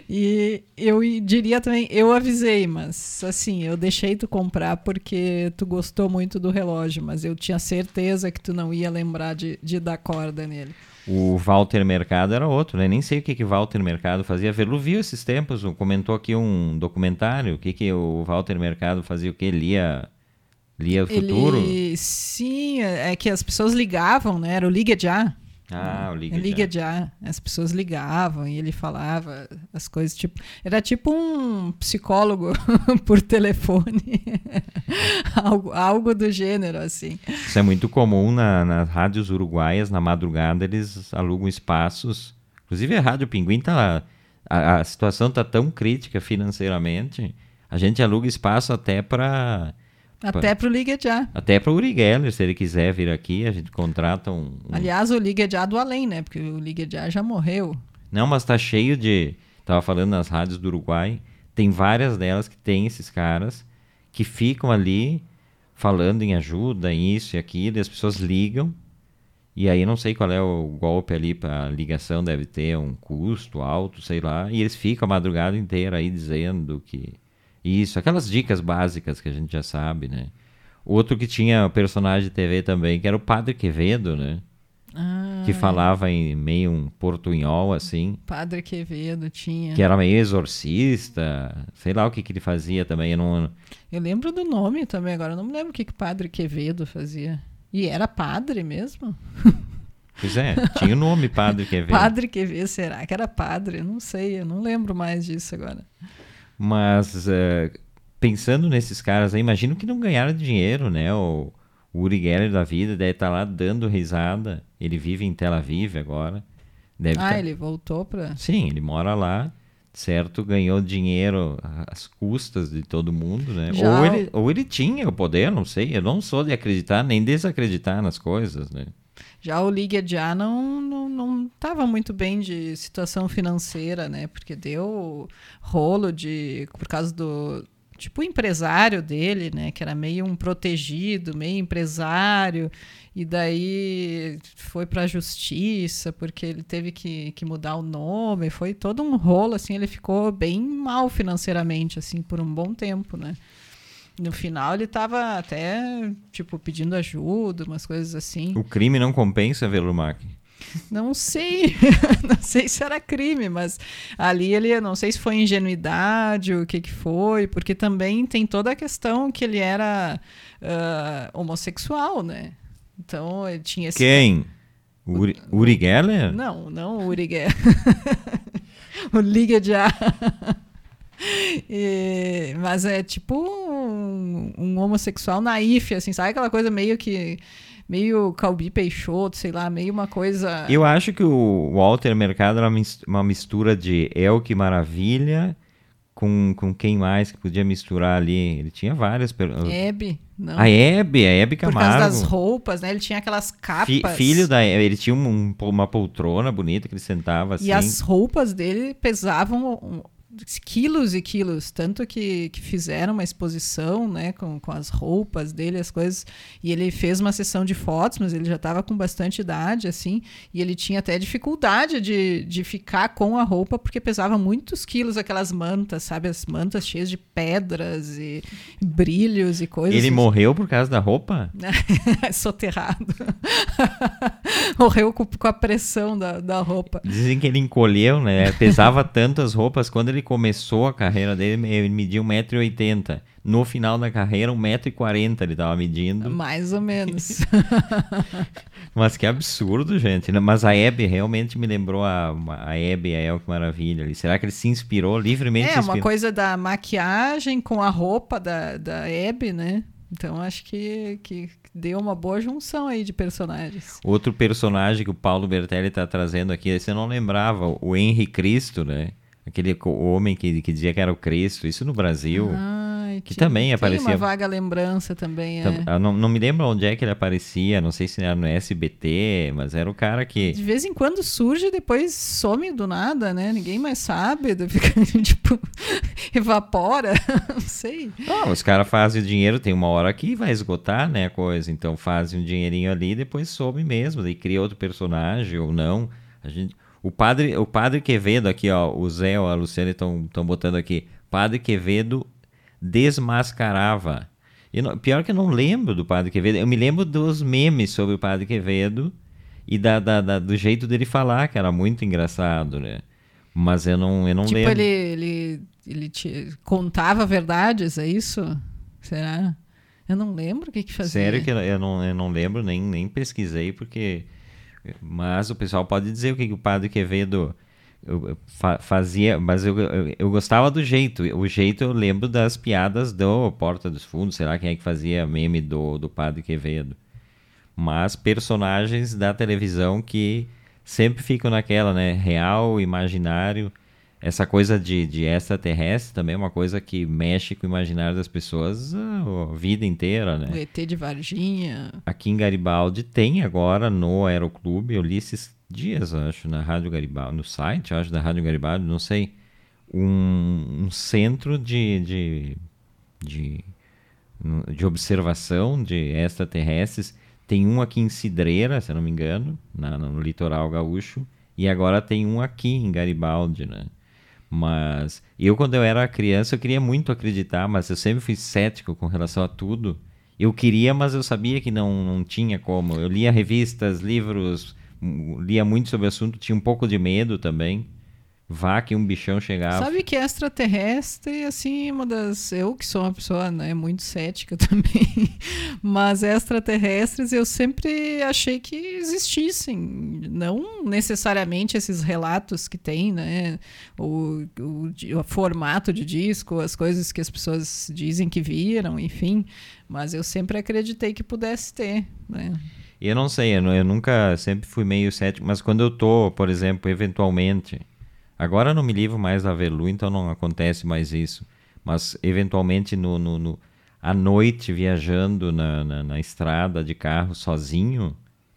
e eu diria também, eu avisei, mas assim, eu deixei tu comprar porque tu gostou muito do relógio, mas eu tinha certeza que tu não ia lembrar de, de dar corda nele. O Walter Mercado era outro, né? Nem sei o que que Walter Mercado fazia. Verlu viu esses tempos, comentou aqui um documentário, o que que o Walter Mercado fazia, o que lia... Lia o futuro? Ele, sim, é que as pessoas ligavam, né? Era o Liga Já. Ah, o Liga, Liga Já. Já. As pessoas ligavam e ele falava as coisas, tipo... Era tipo um psicólogo por telefone. algo, algo do gênero, assim. Isso é muito comum na, nas rádios uruguaias, na madrugada eles alugam espaços. Inclusive a Rádio Pinguim tá... A, a situação tá tão crítica financeiramente, a gente aluga espaço até para... Até pro Liga Já. Até para o Uri Geller, se ele quiser vir aqui, a gente contrata um... um... Aliás, o Liga Já do além, né? Porque o Liga Já já morreu. Não, mas tá cheio de... Tava falando nas rádios do Uruguai, tem várias delas que tem esses caras que ficam ali falando em ajuda, em isso e aquilo, e as pessoas ligam, e aí não sei qual é o golpe ali para ligação, deve ter um custo alto, sei lá, e eles ficam a madrugada inteira aí dizendo que... Isso, aquelas dicas básicas que a gente já sabe, né? Outro que tinha personagem de T V também, que era o Padre Quevedo, né? Ah, Que falava em meio um portunhol, assim. Padre Quevedo tinha. Que era meio exorcista, sei lá o que, que ele fazia também. Eu não... Eu lembro do nome também agora, eu não me lembro o que que Padre Quevedo fazia. E era padre mesmo? Pois é, tinha o nome Padre Quevedo. Padre Quevedo, será que era padre? Eu não sei, eu não lembro mais disso agora. Mas uh, pensando nesses caras aí, imagino que não ganharam dinheiro, né? O, o Uri Geller da vida deve estar lá dando risada. Ele vive em Tel Aviv agora. Deve Ah, tá... ele voltou pra... Sim, ele mora lá, certo? Ganhou dinheiro às custas de todo mundo, né? Já Ou o- ele, ou ele tinha o poder, não sei. Eu não sou de acreditar nem desacreditar nas coisas, né? Já o Liga Já não, não, não tava muito bem de situação financeira, né? Porque deu rolo de... Por causa do... tipo o empresário dele, né? Que era meio um protegido, meio empresário, e daí foi para a justiça porque ele teve que, que mudar o nome, foi todo um rolo, assim, ele ficou bem mal financeiramente, assim, por um bom tempo, né? No final ele estava até, tipo, pedindo ajuda, umas coisas assim. O crime não compensa, Velumac? Não sei, não sei se era crime, mas ali ele, não sei se foi ingenuidade, o que que foi, porque também tem toda a questão que ele era uh, homossexual, né? Então ele tinha esse... Quem? O Uri, Uri Geller? Não, não o Uri Geller. O Liga de A. E, mas é tipo um, um homossexual naif, assim, sabe aquela coisa meio que meio Calbi Peixoto, sei lá, meio uma coisa... Eu acho que o Walter Mercado era uma mistura de El Que Maravilha com, com quem mais que podia misturar ali. Ele tinha várias... Hebe, não. A Hebe, a Hebe Camargo. Por causa das roupas, né? Ele tinha aquelas capas. Fi, filho da Hebe, ele tinha um, uma poltrona bonita que ele sentava assim. E as roupas dele pesavam... Um, quilos e quilos, tanto que, que fizeram uma exposição, né, com, com as roupas dele, as coisas, e ele fez uma sessão de fotos, mas ele já estava com bastante idade, assim, e ele tinha até dificuldade de, de ficar com a roupa, porque pesava muitos quilos aquelas mantas, sabe, as mantas cheias de pedras e brilhos e coisas. Ele morreu por causa da roupa? Soterrado. Morreu com, com a pressão da, da roupa. Dizem que ele encolheu, né, pesava tanto as roupas, quando ele começou a carreira dele, ele media um metro e oitenta. No final da carreira, um metro e quarenta ele estava medindo. Mais ou menos. Mas que absurdo, gente. Mas a Hebe realmente me lembrou a, a Hebe e a El Que Maravilha. Ali. Será que ele se inspirou, livremente É, se inspirou? Uma coisa da maquiagem com a roupa da, da Hebe, né? Então acho que, que deu uma boa junção aí de personagens. Outro personagem que o Paulo Bertelli está trazendo aqui, você não lembrava, o Henri Cristo, né? Aquele homem que, que dizia que era o Cristo, isso no Brasil, Ai, que também tem aparecia... Tem uma vaga lembrança também, é. Eu não, não me lembro onde é que ele aparecia, não sei se era no S B T, mas era o cara que... De vez em quando surge e depois some do nada, né? Ninguém mais sabe, fica, tipo, evapora, não sei. Não, os caras fazem o dinheiro, tem uma hora que vai esgotar, né, a coisa, então fazem um dinheirinho ali e depois some mesmo, daí cria outro personagem ou não, a gente... O padre, o padre Quevedo aqui, ó, o Zé e a Luciana estão botando aqui. Padre Quevedo desmascarava. Eu não, pior que eu não lembro do Padre Quevedo. Eu me lembro dos memes sobre o Padre Quevedo e da, da, da, do jeito dele falar, que era muito engraçado, né? Mas eu não, eu não tipo, lembro. Tipo, ele, ele, ele te contava verdades, é isso? Será? Eu não lembro o que que fazia. Sério que eu não, eu não lembro, nem, nem pesquisei, porque... Mas o pessoal pode dizer o que, que o Padre Quevedo fa- fazia, mas eu, eu, eu gostava do jeito. O jeito eu lembro das piadas do Porta dos Fundos, sei lá quem é que fazia meme do, do Padre Quevedo. Mas personagens da televisão que sempre ficam naquela, né? Real, imaginário. Essa coisa de, de extraterrestre também é uma coisa que mexe com o imaginário das pessoas a vida inteira, né? O E T de Varginha. Aqui em Garibaldi tem agora no Aeroclube, eu li esses dias, acho, na Rádio Garibaldi, no site, acho, da Rádio Garibaldi, não sei, um, um centro de, de, de, de observação de extraterrestres. Tem um aqui em Cidreira, se eu não me engano, na, no litoral gaúcho, e agora tem um aqui em Garibaldi, né? Mas eu, quando eu era criança, eu queria muito acreditar, mas eu sempre fui cético com relação a tudo. Eu queria, mas eu sabia que não, não tinha como. Eu lia revistas, livros, lia muito sobre o assunto, tinha um pouco de medo também. Vá que um bichão chegava. Sabe que extraterrestre, assim, uma das... Eu que sou uma pessoa, né, muito cética também, mas extraterrestres eu sempre achei que existissem. Não necessariamente esses relatos que tem, né, o, o, o formato de disco, as coisas que as pessoas dizem que viram, enfim, mas eu sempre acreditei que pudesse ter, né. Eu não sei, eu, eu nunca, sempre fui meio cético, mas quando eu tô, por exemplo, eventualmente... Agora eu não me livro mais da Velu, então não acontece mais isso. Mas, eventualmente, no, no, no, à noite, viajando na, na, na estrada de carro sozinho,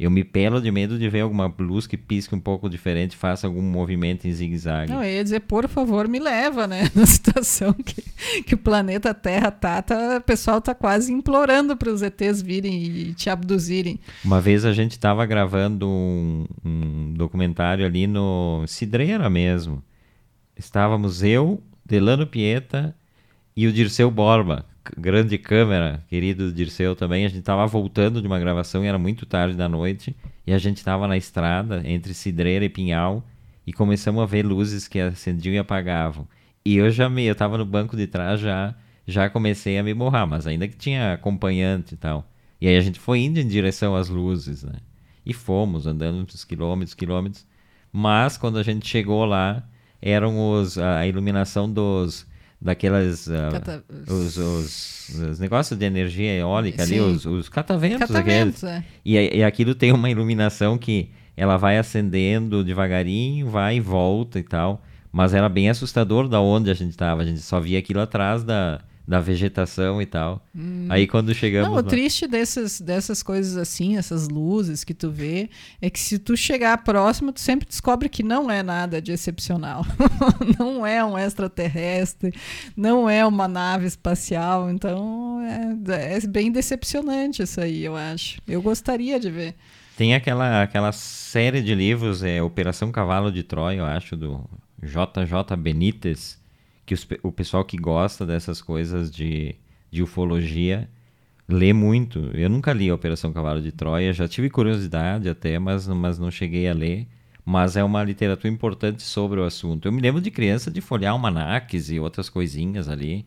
Eu me pelo de medo de ver alguma luz que pisque um pouco diferente, faça algum movimento em zigue-zague. Não, eu ia dizer, por favor, me leva, né? Na situação que, que o planeta Terra tá, tá, o pessoal tá quase implorando para os E Tês virem e te abduzirem. Uma vez a gente estava gravando um, um documentário ali no Cidreira mesmo. Estávamos eu, Delano Pieta e o Dirceu Borba, grande câmera, querido Dirceu também. A gente estava voltando de uma gravação e era muito tarde da noite, e a gente estava na estrada entre Cidreira e Pinhal e começamos a ver luzes que acendiam e apagavam. E eu já me, eu estava no banco de trás, já, já comecei a me borrar, mas ainda que tinha acompanhante e tal. E aí a gente foi indo em direção às luzes, né? E fomos andando uns quilômetros, quilômetros. Mas quando a gente chegou lá, eram os, a iluminação dos... daquelas uh, Cata... os, os, os negócios de energia eólica ali, Sim. os, os cataventos, Cataventos, aqueles. é. E, e aquilo tem uma iluminação que ela vai acendendo devagarinho, vai e volta e tal, mas era bem assustador da onde a gente estava, a gente só via aquilo atrás da, da vegetação e tal. Hum. Aí quando chegamos... Não, o triste dessas, dessas coisas assim, essas luzes que tu vê, é que se tu chegar próximo, tu sempre descobre que não é nada de excepcional. Não é um extraterrestre, não é uma nave espacial, então é, é bem decepcionante isso aí, eu acho. Eu gostaria de ver. Tem aquela, aquela série de livros, é Operação Cavalo de Troia, eu acho, do J J Benítez, que os, o pessoal que gosta dessas coisas de, de ufologia lê muito. Eu nunca li a Operação Cavalo de Troia, já tive curiosidade até, mas, mas não cheguei a ler. Mas é uma literatura importante sobre o assunto. Eu me lembro de criança de folhear almanaques e outras coisinhas ali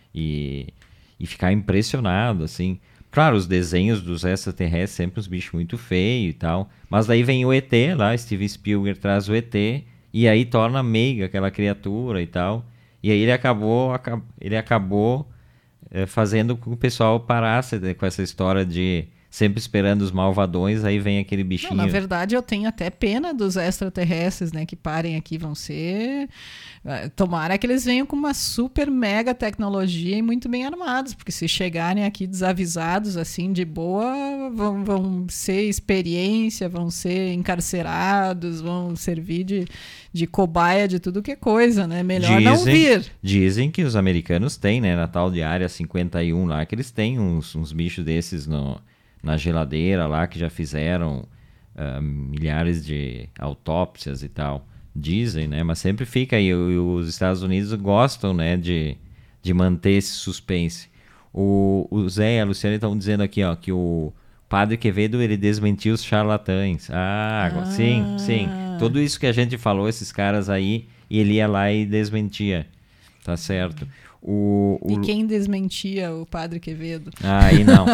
e, e ficar impressionado, assim. Claro, os desenhos dos extraterrestres, sempre uns bichos muito feios e tal, mas daí vem o E T lá, Steven Spielberg traz o E T e aí torna meiga aquela criatura e tal. E aí ele acabou, ele acabou é, fazendo com que o pessoal parasse com essa história de sempre esperando os malvadões, aí vem aquele bichinho. Não, na verdade, eu tenho até pena dos extraterrestres, né, que parem aqui, vão ser... Tomara que eles venham com uma super mega tecnologia e muito bem armados, porque se chegarem aqui desavisados, assim, de boa, vão, vão ser experiência, vão ser encarcerados, vão servir de, de cobaia de tudo que é coisa, né? Melhor dizem, não vir. Dizem que os americanos têm, né, na tal de Área cinquenta e um lá, que eles têm uns, uns bichos desses no, na geladeira lá, que já fizeram uh, milhares de autópsias e tal. Dizem, né? Mas sempre fica aí. Os Estados Unidos gostam, né, de, de manter esse suspense. O, o Zé e a Luciana estão dizendo aqui, ó, que o Padre Quevedo, ele desmentiu os charlatães. Ah, ah, sim, sim. Tudo isso que a gente falou, esses caras aí, ele ia lá e desmentia. Tá certo. O, o... E quem desmentia o Padre Quevedo? Ah, aí não.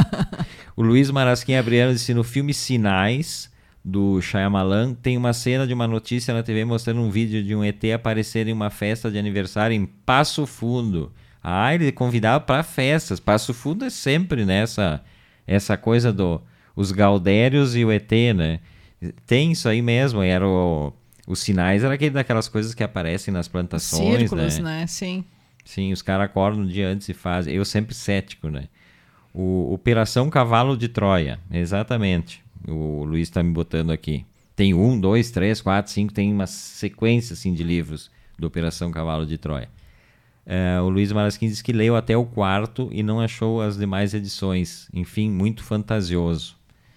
O Luiz Marasquim Abriano disse, no filme Sinais, do Shyamalan, tem uma cena de uma notícia na T V mostrando um vídeo de um E T aparecer em uma festa de aniversário em Passo Fundo. Ah, ele convidava para festas. Passo Fundo é sempre nessa essa coisa do os Gaudérios e o E T, né? Tem isso aí mesmo. Era o, os Sinais, era aquele daquelas coisas que aparecem nas plantações, círculos, né? né? Sim. Sim, os caras acordam um dia antes e fazem. Eu sempre cético, né? O Operação Cavalo de Troia, exatamente. O Luiz está me botando aqui. Tem um, dois, três, quatro, cinco, tem uma sequência assim, de livros do Operação Cavalo de Troia. Uh, o Luiz Marasquim diz que leu até o quarto e não achou as demais edições. Enfim, muito fantasioso.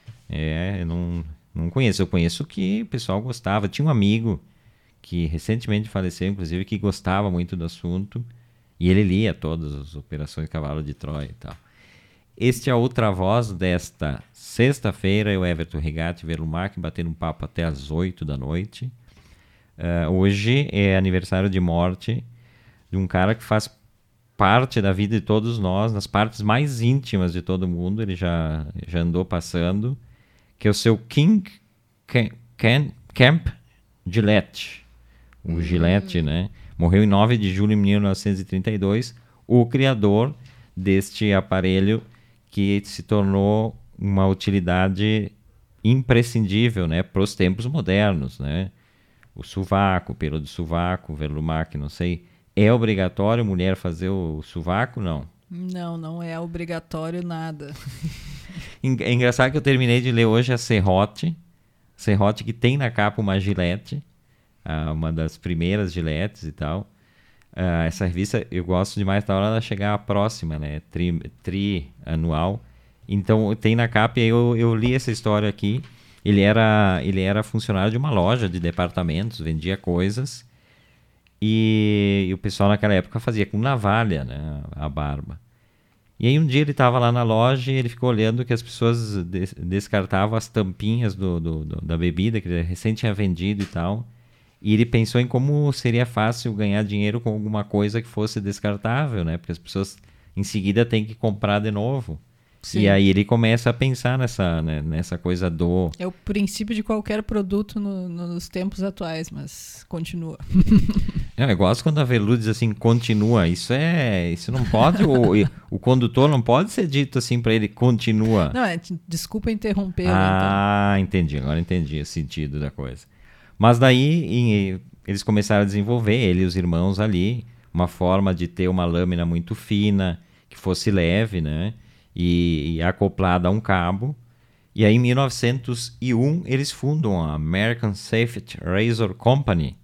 É, eu não, não conheço. Eu conheço que o pessoal gostava. Tinha um amigo que recentemente faleceu, inclusive, que gostava muito do assunto. E ele lia todas as Operações Cavalo de Troia e tal. Este é a Outra Voz desta sexta-feira. Eu, Everton Rigatti, Verlumac, batendo um papo até às oito da noite. Uh, hoje é aniversário de morte de um cara que faz parte da vida de todos nós, nas partes mais íntimas de todo mundo. Ele já, já andou passando, que é o seu King Camp Gillette. O uhum. Gillette, né? Morreu em nove de julho de mil novecentos e trinta e dois. O criador deste aparelho que se tornou uma utilidade imprescindível, né, para os tempos modernos, né? O sovaco, o pelo do sovaco, o Verlumac, não sei. É obrigatório mulher fazer o sovaco? Não. Não, não é obrigatório nada. É engraçado que eu terminei de ler hoje a Serrote, Serrote que tem na capa uma Gillette, uma das primeiras Gillettes e tal. Essa revista eu gosto demais, na hora ela chegar a próxima, né? Tri, tri anual. Então tem na capa e eu, eu li essa história aqui. Ele era, ele era funcionário de uma loja de departamentos, vendia coisas. E, e o pessoal naquela época fazia com navalha, né, a barba. E aí um dia ele estava lá na loja e ele ficou olhando que as pessoas des- descartavam as tampinhas do, do, do, da bebida que ele recém tinha vendido e tal. E ele pensou em como seria fácil ganhar dinheiro com alguma coisa que fosse descartável, né? Porque as pessoas em seguida têm que comprar de novo. Sim. E aí ele começa a pensar nessa, né, nessa coisa do... É o princípio de qualquer produto no, nos tempos atuais, mas continua. Não, eu gosto quando a Velu diz assim, continua. Isso é... Isso não pode... o, o condutor não pode ser dito assim para ele, continua. Não, é, desculpa interromper. Ah, então. entendi. Agora entendi o sentido da coisa. Mas daí em, eles começaram a desenvolver, ele e os irmãos ali, uma forma de ter uma lâmina muito fina, que fosse leve, né? E, e acoplada a um cabo. E aí em mil novecentos e um eles fundam a American Safety Razor Company.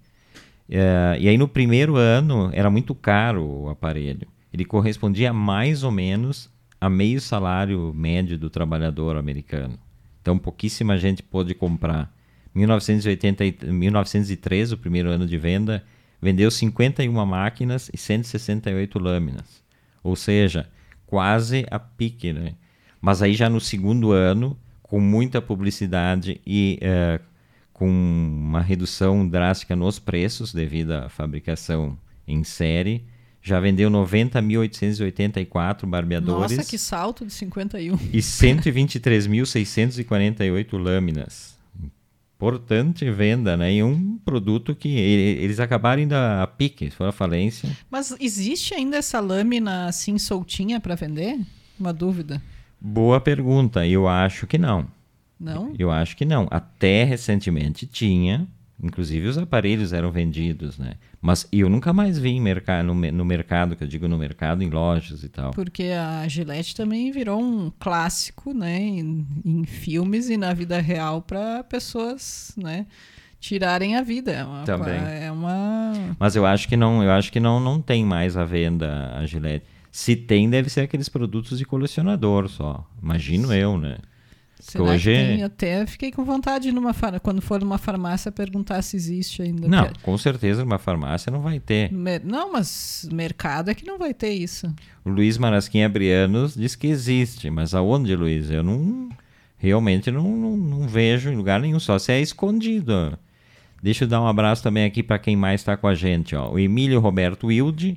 Uh, e aí no primeiro ano era muito caro o aparelho. Ele correspondia mais ou menos a meio salário médio do trabalhador americano. Então pouquíssima gente pôde comprar. Em mil novecentos e oitenta, mil novecentos e três, o primeiro ano de venda, vendeu cinquenta e uma máquinas e cento e sessenta e oito lâminas. Ou seja, quase a pique, né? Mas aí já no segundo ano, com muita publicidade e uh, com uma redução drástica nos preços devido à fabricação em série, já vendeu noventa mil oitocentos e oitenta e quatro barbeadores. Nossa, que salto de cinquenta e um. E cento e vinte e três mil seiscentos e quarenta e oito lâminas. Importante venda, né? E um produto que eles acabaram indo a pique, foram à falência. Mas existe ainda essa lâmina assim soltinha para vender? Uma dúvida. Boa pergunta. Eu acho que não. Não? Eu acho que não. Até recentemente tinha, inclusive os aparelhos eram vendidos, né? Mas eu nunca mais vi em mercado, no, no mercado, que eu digo no mercado, em lojas e tal. Porque a Gillette também virou um clássico, né? Em, em filmes e na vida real para pessoas, né? Tirarem a vida. É uma, também. É uma... Mas eu acho que não, eu acho que não, não tem mais à venda a Gillette. Se tem, deve ser aqueles produtos de colecionador só. Imagino Sim. eu, né? Será hoje... que tem? Até fiquei com vontade de numa far... quando for numa farmácia perguntar se existe ainda. Não, porque... com certeza numa farmácia não vai ter. Mer... Não, mas mercado é que não vai ter isso. O Luiz Marasquim Abrianos diz que existe, mas aonde, Luiz? Eu não realmente não, não, não vejo em lugar nenhum, só se é escondido. Deixa eu dar um abraço também aqui para quem mais está com a gente. Ó. O Emílio Roberto Wilde,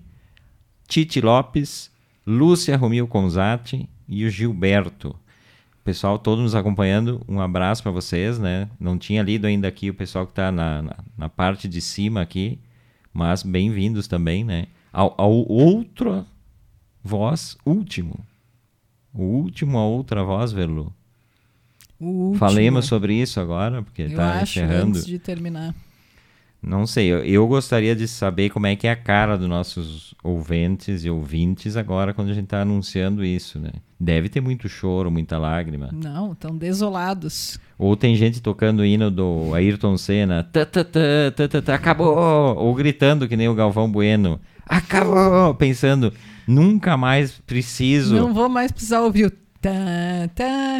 Titi Lopes, Lúcia Romil Conzati e o Gilberto. Pessoal todo nos acompanhando, um abraço para vocês, né? Não tinha lido ainda aqui o pessoal que está na, na, na parte de cima aqui, mas bem-vindos também, né? Ao, ao outra voz, último. O último, a outra voz, Verlu. O último. Falemos sobre isso agora, porque está encerrando. Antes de terminar. Não sei, eu, eu gostaria de saber como é que é a cara dos nossos ouvintes e ouvintes agora quando a gente está anunciando isso, né? Deve ter muito choro, muita lágrima. Não, estão desolados. Ou tem gente tocando o hino do Ayrton Senna, tã, tã, tã, tã, tã, tã, acabou! Ou gritando que nem o Galvão Bueno, acabou! Pensando, nunca mais preciso... Não vou mais precisar ouvir o Tá, tá,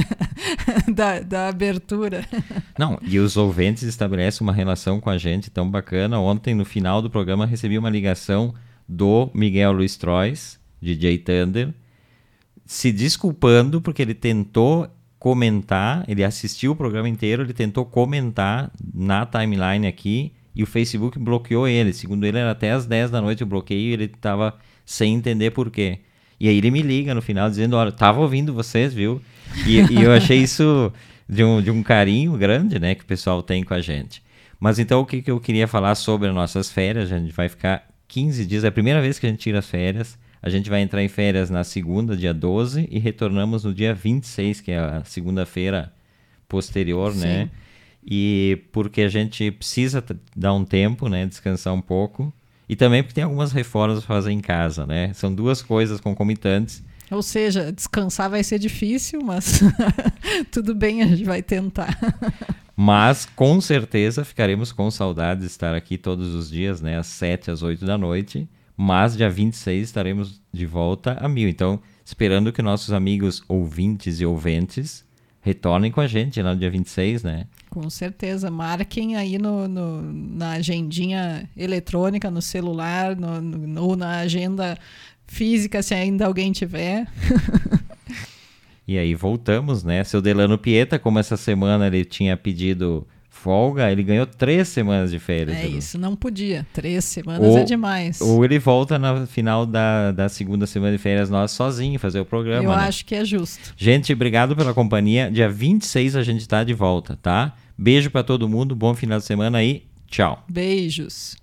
da, da abertura. Não, e os ouvintes estabelecem uma relação com a gente tão bacana. Ontem, no final do programa, recebi uma ligação do Miguel Luiz Trois, D J Thunder, se desculpando porque ele tentou comentar, ele assistiu o programa inteiro, ele tentou comentar na timeline aqui e o Facebook bloqueou ele. Segundo ele, era até às dez da noite o bloqueio e ele estava sem entender por quê. E aí ele me liga no final dizendo, olha, tava ouvindo vocês, viu? E, e eu achei isso de um, de um carinho grande, né, que o pessoal tem com a gente. Mas então o que, que eu queria falar sobre as nossas férias, a gente vai ficar quinze dias, é a primeira vez que a gente tira as férias, a gente vai entrar em férias na segunda, dia doze, e retornamos no dia vinte e seis, que é a segunda-feira posterior, Sim. né? E porque a gente precisa t- dar um tempo, né, descansar um pouco. E também porque tem algumas reformas a fazer em casa, né? São duas coisas concomitantes. Ou seja, descansar vai ser difícil, mas tudo bem, a gente vai tentar. Mas, com certeza, ficaremos com saudade de estar aqui todos os dias, né? Às sete, às oito da noite. Mas, dia vinte e seis, estaremos de volta a mil. Então, esperando que nossos amigos ouvintes e ouventes retornem com a gente lá no dia vinte e seis, né? Com certeza. Marquem aí no, no, na agendinha eletrônica, no celular, no, no, ou na agenda física, se ainda alguém tiver. E aí voltamos, né? Seu Delano Pieta, como essa semana ele tinha pedido folga, ele ganhou três semanas de férias. É Edu. isso, não podia. Três semanas ou, é demais. Ou ele volta no final da, da segunda semana de férias nós sozinho fazer o programa. Eu né? acho que é justo. Gente, obrigado pela companhia. Dia vinte e seis a gente tá de volta, tá? Beijo pra todo mundo, bom final de semana aí. Tchau. Beijos.